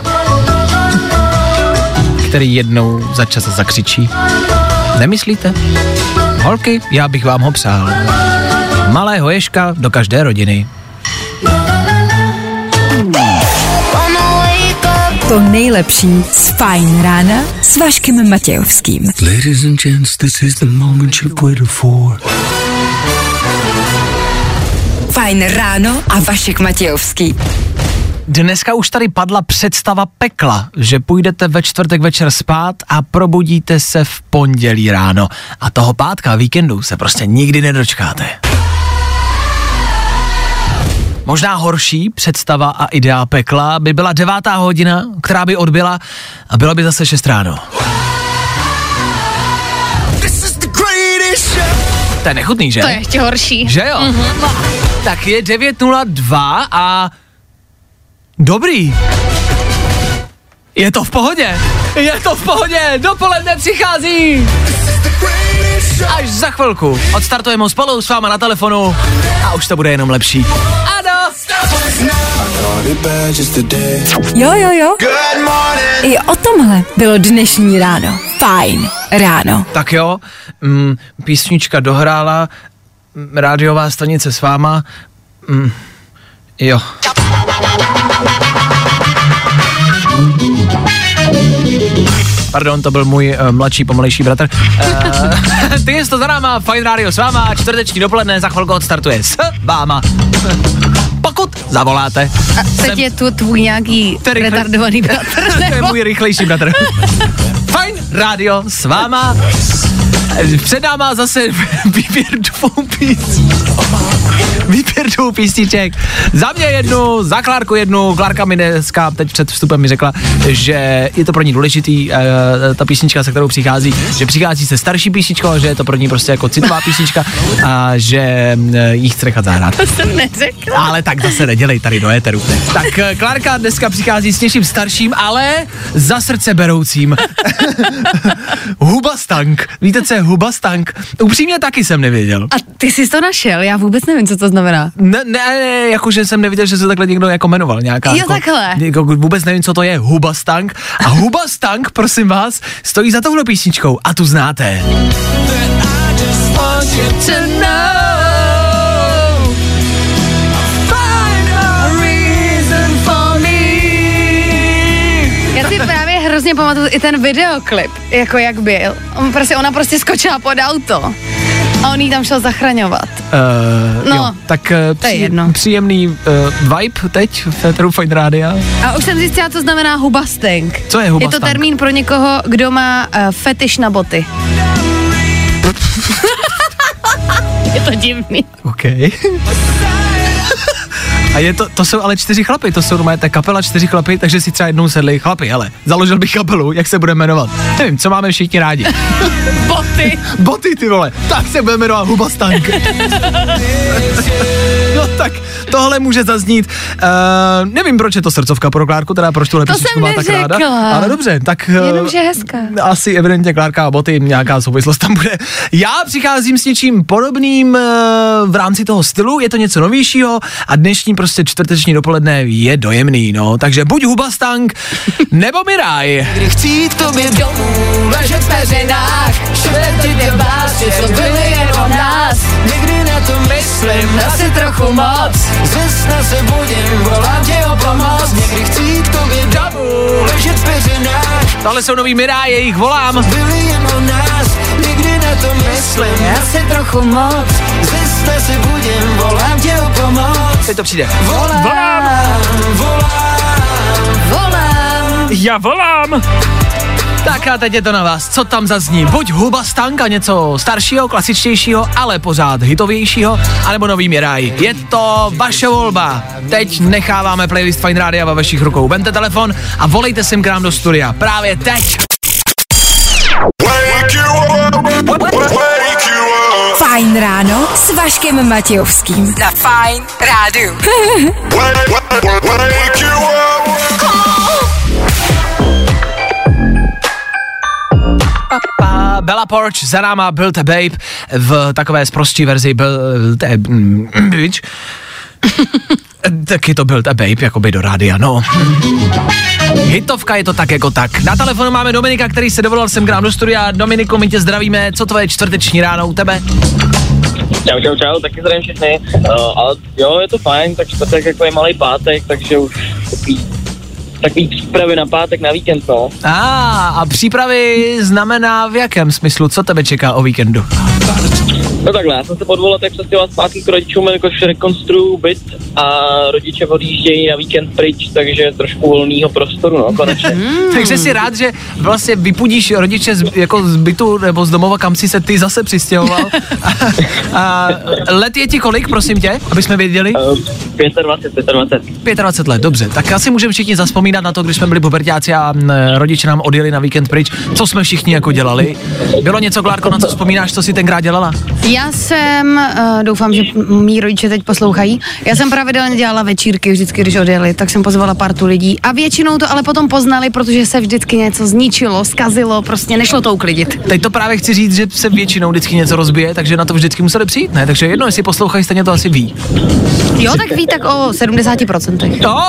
který jednou za čas zakřičí. Nemyslíte? Holky, já bych vám ho přál. Malého ježka do každé rodiny. To nejlepší z Fajn rána s Vaškem Matějovským. Ladies and gents, this is the moment you've waited for. Fajn ráno a Vašek Matějovský. Dneska už tady padla představa pekla, že půjdete ve čtvrtek večer spát a probudíte se v pondělí ráno. A toho pátka víkendu se prostě nikdy nedočkáte. Možná horší představa a idea pekla by byla 9. hodina, která by odbyla a bylo by zase 6 ráno. To je nechutný, že? To je ještě horší. Že jo? Mm-hmm. Tak je 9:02 a... Dobrý. Je to v pohodě. Je to v pohodě. Dopoledne přichází. Až za chvilku. Odstartujeme spolu s váma na telefonu a už to bude jenom lepší. Ano. Jo. I o tomhle bylo dnešní ráno. Fajn ráno. Tak jo, písnička dohrála, rádiová stanice s váma, jo. Pardon, to byl můj mladší, pomalejší bratr. Ty jsi to za náma, Fajn rádio s váma, čtvrteční dopoledne za chvilku odstartuje s váma. Pokud zavoláte. A teď je tu tvůj nějaký retardovaný bratr. To je můj rychlejší bratr. Fajn rádio s váma. Před náma zase výběr dvou písniček. Za mě jednu, za Klárku jednu. Klárka mi dneska teď před vstupem mi řekla, že je to pro ní důležitý, ta písnička, se kterou přichází, že přichází se starší písničkou, že je to pro ní prostě jako citová písnička a že jí chce nechat zahrát. To jsem neřekla. Ale tak zase nedělej tady do éteru. Tak Klárka dneska přichází s něčím starším, ale za srdce beroucím. Hubastank. Víte, co je hubastank? Upřímně taky jsem nevěděl. A ty jsi to našel? Já vůbec nevím, co to znamená. Ne, jakože jsem nevěděl, že se takhle někdo jako jmenoval. Nějaká, jo, jako, takhle. Jako, vůbec nevím, co to je hubastank. A hubastank, prosím vás, stojí za touhle písničkou. A tu znáte. Já si právě hrozně pamatuju i ten videoklip, jako jak byl. Ona prostě skočila pod auto a on jí tam šel zachraňovat. Jo, tak to je jedno. Příjemný vibe teď v éteru Fajn rádia. A už jsem zjistila, co znamená hubastank. Co je hubastank? Je to termín pro někoho, kdo má fetiš na boty. Je to divný. OK. A to jsou ale 4 chlapy, to jsou normálně ta kapela 4 chlapy, takže si třeba jednou sedli chlapy, hele, založil bych kapelu, jak se bude jmenovat? Nevím, co máme všichni rádi. Boty. Boty, ty vole, tak se bude jmenovat Hubastank. No tak, tohle může zaznít, nevím, proč je to srdcovka pro Klárku, teda proč tuhle písničku má tak ráda, ale dobře, tak... Jenomže hezká. Asi evidentně Klárka a boty, nějaká souvislost tam bude. Já přicházím s něčím podobným v rámci toho stylu, je to něco novějšího a dnešní prostě čtvrteční dopoledne je dojemný, no, takže buď Hubastank, nebo Miraj. Kdy chci k tobě domů, ležet v peřinách, švrti tě básy, co byly jenom nás. Nikdy na to myslím, asi trochu moc, ze sna se budím, volám tě o pomoc. Někdy chci k tobě domů, ležet v peřinách. Tohle jsou nový Miraj, jejich volám. Byly jenom nás, nikdy na to myslím, asi trochu moc, ze sna se budím, volám tě o pomoc. Teď to přijde. Volám. Já volám. Tak a teď je to na vás, co tam zazní. Buď Hubastanka, něco staršího, klasičtějšího, ale pořád hitovějšího, anebo nový Miraj. Je to vaše volba. Teď necháváme playlist Fajn Rádia ve vašich rukou. Vemte telefon a volejte sem k nám do studia. Právě teď. Fajn ráno s Vaškem Matějovským. Na Fajn rádiu. Bella Poarch, za náma Built a Babe v takové sprostší verzi Built a Bitch. Taky to Built a Babe, jakoby do rádia, no. Hitovka je to tak jako tak. Na telefonu máme Dominika, který se dovolal sem k nám do studia. Dominiku, my tě zdravíme. Co to je čtvrteční ráno u tebe? Čau, taky zdravím všechny. Ale jo, je to fajn, tak čtvrtek jako je malý pátek, takže už takový přípravy na pátek, na víkend, no. A přípravy znamená v jakém smyslu? Co tebe čeká o víkendu? No takhle, já jsem se podvolil tak přestěhoval zpátky k rodičům, jakož rekonstruuju byt a rodiče odjíždějí na víkend pryč, takže trošku volného prostoru, no, konečně. Takže jsi rád, že vlastně vypudíš rodiče z bytu nebo z domova, kam si se ty zase přistěhoval. A let je ti kolik, prosím tě, aby jsme věděli? 25 let, dobře. Tak asi můžeme všichni zavzpomínat na to, když jsme byli puberťáci a rodiče nám odjeli na víkend pryč. Co jsme všichni jako dělali? Bylo něco, Klárko, na co vzpomínáš, co jsi tenkrát dělala? Já jsem, doufám, že mý rodiče teď poslouchají, já jsem pravidelně dělala večírky vždycky, když odjeli, tak jsem pozvala partu lidí a většinou to ale potom poznali, protože se vždycky něco zničilo, zkazilo, prostě nešlo to uklidit. Teď to právě chci říct, že se většinou vždycky něco rozbije, takže na to vždycky museli přijít, ne? Takže jedno, jestli poslouchají, stejně to asi ví. Jo, tak ví tak o 70%.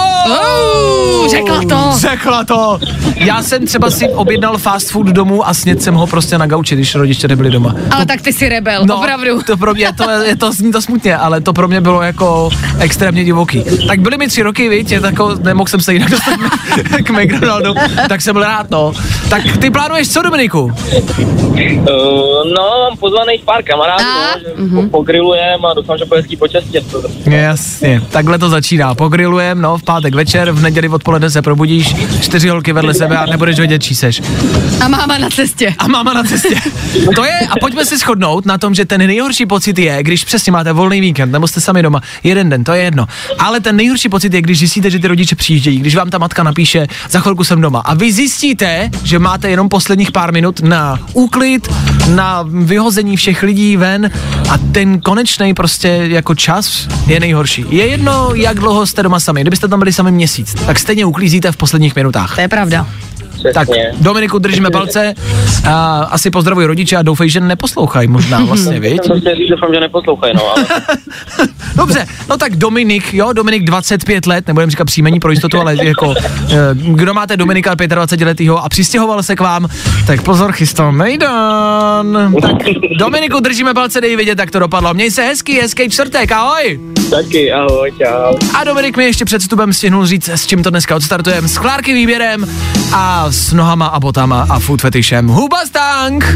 Řekla to. Já jsem třeba si objednal fast food domů a snědl jsem ho prostě na gauči, když rodiče nebyli doma. Ale tak ty jsi rebel, opravdu. To pro mě, to zní to smutně, ale to pro mě bylo jako extrémně divoký. Tak byly mi 3 roky, víš, nemohl jsem se jinak dostat k McDonaldu, tak jsem byl rád, no. Tak ty plánuješ co, Dominiku? No, mám pozvaných pár kamarádů, že pogrilujeme a doufám, že bude hezký počasí. Jasně, takhle to začíná. Pogrilujeme, no, v pátek večer, v neděli odpoledne se probudíš, 4 holky vedle sebe a nebudeš vědět, čí seš. A máma na cestě. To je, a pojďme si shodnout na tom, že ten nejhorší pocit je, když přesně máte volný víkend, nebo jste sami doma, jeden den, to je jedno. Ale ten nejhorší pocit je, když zjistíte, že ty rodiče přijíždějí, když vám ta matka napíše, za chvilku jsem doma. A vy zjistíte, že máte jenom posledních pár minut na úklid, na vyhození všech lidí ven a ten konečný prostě jako čas je nejhorší. Je jedno, jak dlouho jste doma sami. Kdybyste tam byli sami měsíc, tak stejně uklízíte v posledních minutách. To je pravda. Tak, Dominiku, držíme palce. Asi pozdravuji rodiče a doufej, že neposlouchají možná vlastně, viď? Doufám, že neposlouchají, no, ale... Dobře, no tak Dominik 25 let, nebudem říkat příjmení pro jistotu, ale jako, kdo máte Dominika 25letýho a přistěhoval se k vám, tak pozor, chystám mejdan. Tak Dominiku, držíme palce, dej vidět, jak to dopadlo. Měj se hezký čtvrtek, ahoj. Taky, ahoj, čau. A Dominik mi ještě před vstupem stihnul říct, s čím to dneska odstartujeme. S Klárky výběrem a s nohama a botama a food fetišem. Hubastank!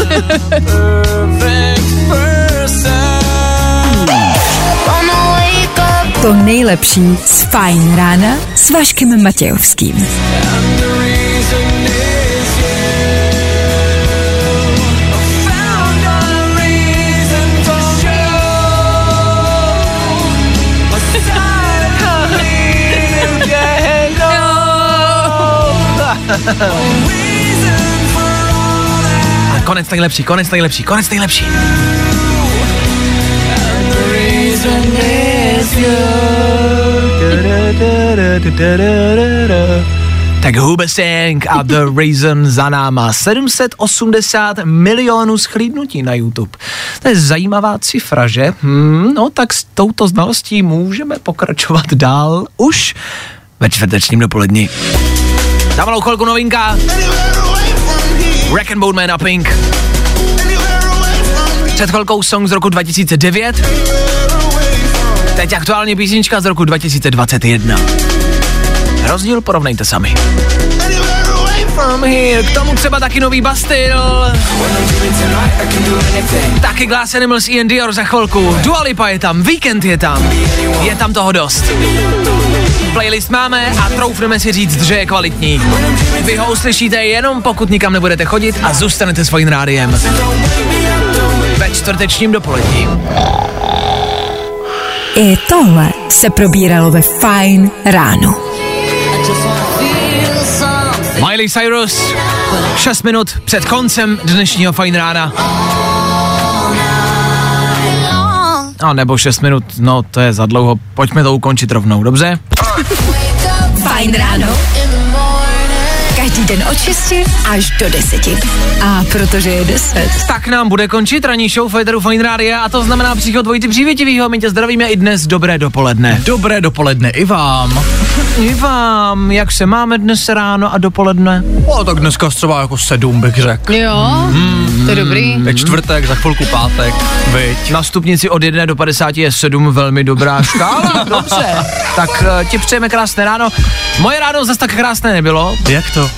To nejlepší z Fajn rána s Vaškem Matějovským. Konec nejlepší. Tak Hubastank a The Reason za náma. 780 milionů shlédnutí na YouTube. To je zajímavá cifra, že? No tak s touto znalostí můžeme pokračovat dál už ve čtvrtečním dopoledni. Za malou chvilku novinka. Wreck and Bone Man a Pink. Před chvilkou song z roku 2009. Teď aktuálně písnička z roku 2021. Rozdíl porovnejte sami. K tomu třeba taky nový Bastille. Taky Glass Animals, Ian Dior za chvilku. Dua Lipa je tam, Weekend je tam. Je tam toho dost. Playlist máme a troufneme si říct, že je kvalitní. Vy ho uslyšíte jenom pokud nikam nebudete chodit a zůstanete s Fajn rádiem. Ve čtvrtečním dopolední. I tohle se probíralo ve Fajn ráno. Miley Cyrus, 6 minut před koncem dnešního Fajn rána. No, nebo 6 minut, no to je za dlouho, pojďme to ukončit rovnou, dobře? Fajn ráno. Každý den od 6 až do 10. A protože je 10. Tak nám bude končit ranní show Fajteru Fajn rádia a to znamená příchod Vojty Přívětivýho. My tě zdravíme i dnes, dobré dopoledne. Dobré dopoledne i vám. I vám, jak se máme dnes ráno a dopoledne? Tak dneska třeba jako 7 bych řekl. Jo, to je dobrý. Je čtvrtek, za chvilku pátek, viď. Na stupnici od 1 do 50 je 7 velmi dobrá škála, dobře. Tak ti přejeme krásné ráno. Moje ráno zase tak krásné nebylo. Jak to?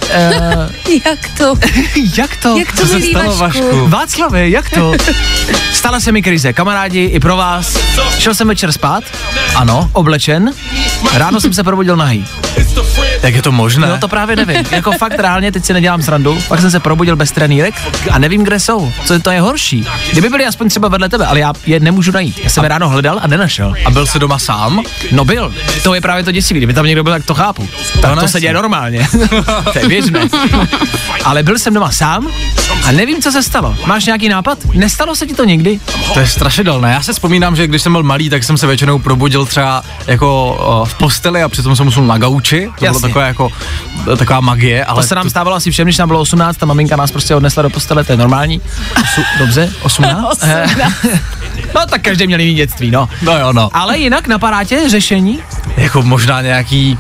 Jak to? Jak to? Jak to, milý Vašku? Václave, jak to? Stala se mi krize, kamarádi, i pro vás. Šel jsem večer spát, ano, oblečen, ráno jsem se probudil nahý. Jak je to možné? No to právě nevím, jako fakt reálně, teď si nedělám srandu, pak jsem se probudil bez trenýrek a nevím, kde jsou, co to je horší. Kdyby byli aspoň třeba vedle tebe, ale já je nemůžu najít. Já jsem je ráno hledal a nenašel. A byl jsi doma sám? No byl, to je právě to děsivý, kdyby tam někdo byl, tak to chápu. Tak to se děje normálně, to je běžné. Ale byl jsem doma sám a nevím, co se stalo. Máš nějaký nápad? Nestalo se ti to nikdy? To je strašidelné. Já se vzpomínám, že když jsem byl malý, tak jsem se většinou probudil třeba jako v posteli a přitom jsem musel na gauči. To bylo takové jako taková magie. Ale to se nám stávalo asi všem, když nám bylo 18, ta maminka nás prostě odnesla do postele, to je normální. Dobře, 18? No tak každý měl jiný dětství, no. No jo, no. Ale jinak napadá tě řešení? Jako možná nějaký...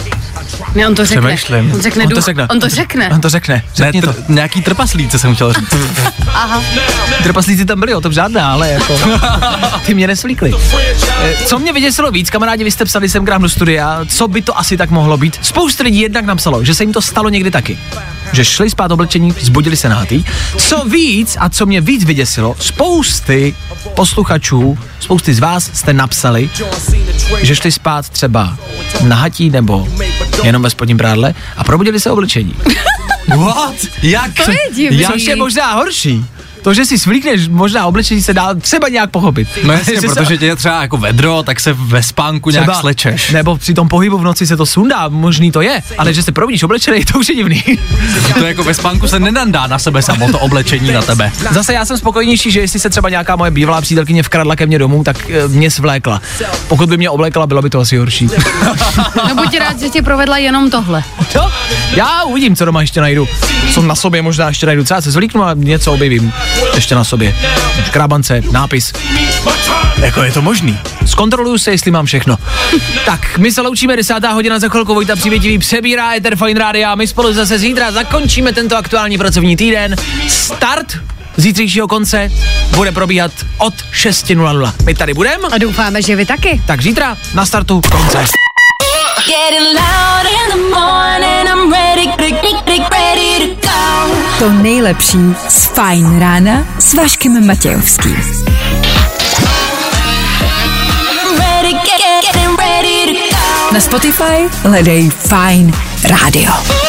Ne, on to řekne. Přemýšlím. On to řekne. Řekni ne, to. Nějaký trpaslíci jsem chtěl říct. Aha. Trpaslíci tam byli, o tom žádná, ale jako ty mě nesvlíkli. Co mě vyděsilo víc, kamarádi, vy jste psali sem k nám do studia, co by to asi tak mohlo být. Spousta lidí jednak napsalo, že se jim to stalo někdy taky. Že šli spát oblečení, zbudili se nahatý. Co víc a co mě víc vyděsilo, spousty posluchačů, spousty z vás jste napsali, že šli spát třeba nahatí nebo jenom ve spodním prádle a probudili se oblečení. What? Jak? To je divný. Což je možná horší. To, že si svlíkneš možná oblečení, se dá třeba nějak pochopit. No jasně, protože tě je třeba jako vedro, tak se ve spánku třeba nějak slečeš. Nebo při tom pohybu v noci se to sundá, možný to je, ale že se probudíš oblečený, to už je divný. To jako ve spánku se nenandá na sebe samo to oblečení na tebe. Zase já jsem spokojenější, že jestli se třeba nějaká moje bývalá přítelkyně vkradla ke mně domů, tak mě svlékla. Pokud by mě oblékala, bylo by to asi horší. No buď rád, že tě provedla jenom tohle. No, já uvidím, co doma ještě najdu. Co na sobě možná ještě najdu. Třeba se zvlíknu a něco objevím ještě na sobě. Škrábance, nápis. Jako je to možný. Zkontroluju se, jestli mám všechno. Tak, my se loučíme, 10. hodina, za chvilku Vojta Přívětivý přebírá Éter Fajn rádia a my spolu zase zítra zakončíme tento aktuální pracovní týden. Start zítřejšího konce bude probíhat od 6:00. My tady budeme. A doufáme, že vy taky. Tak zítra na startu konce. To nejlepší z Fajn rána s Vaškem Matějovským. Na Spotify hledej Fajn rádio.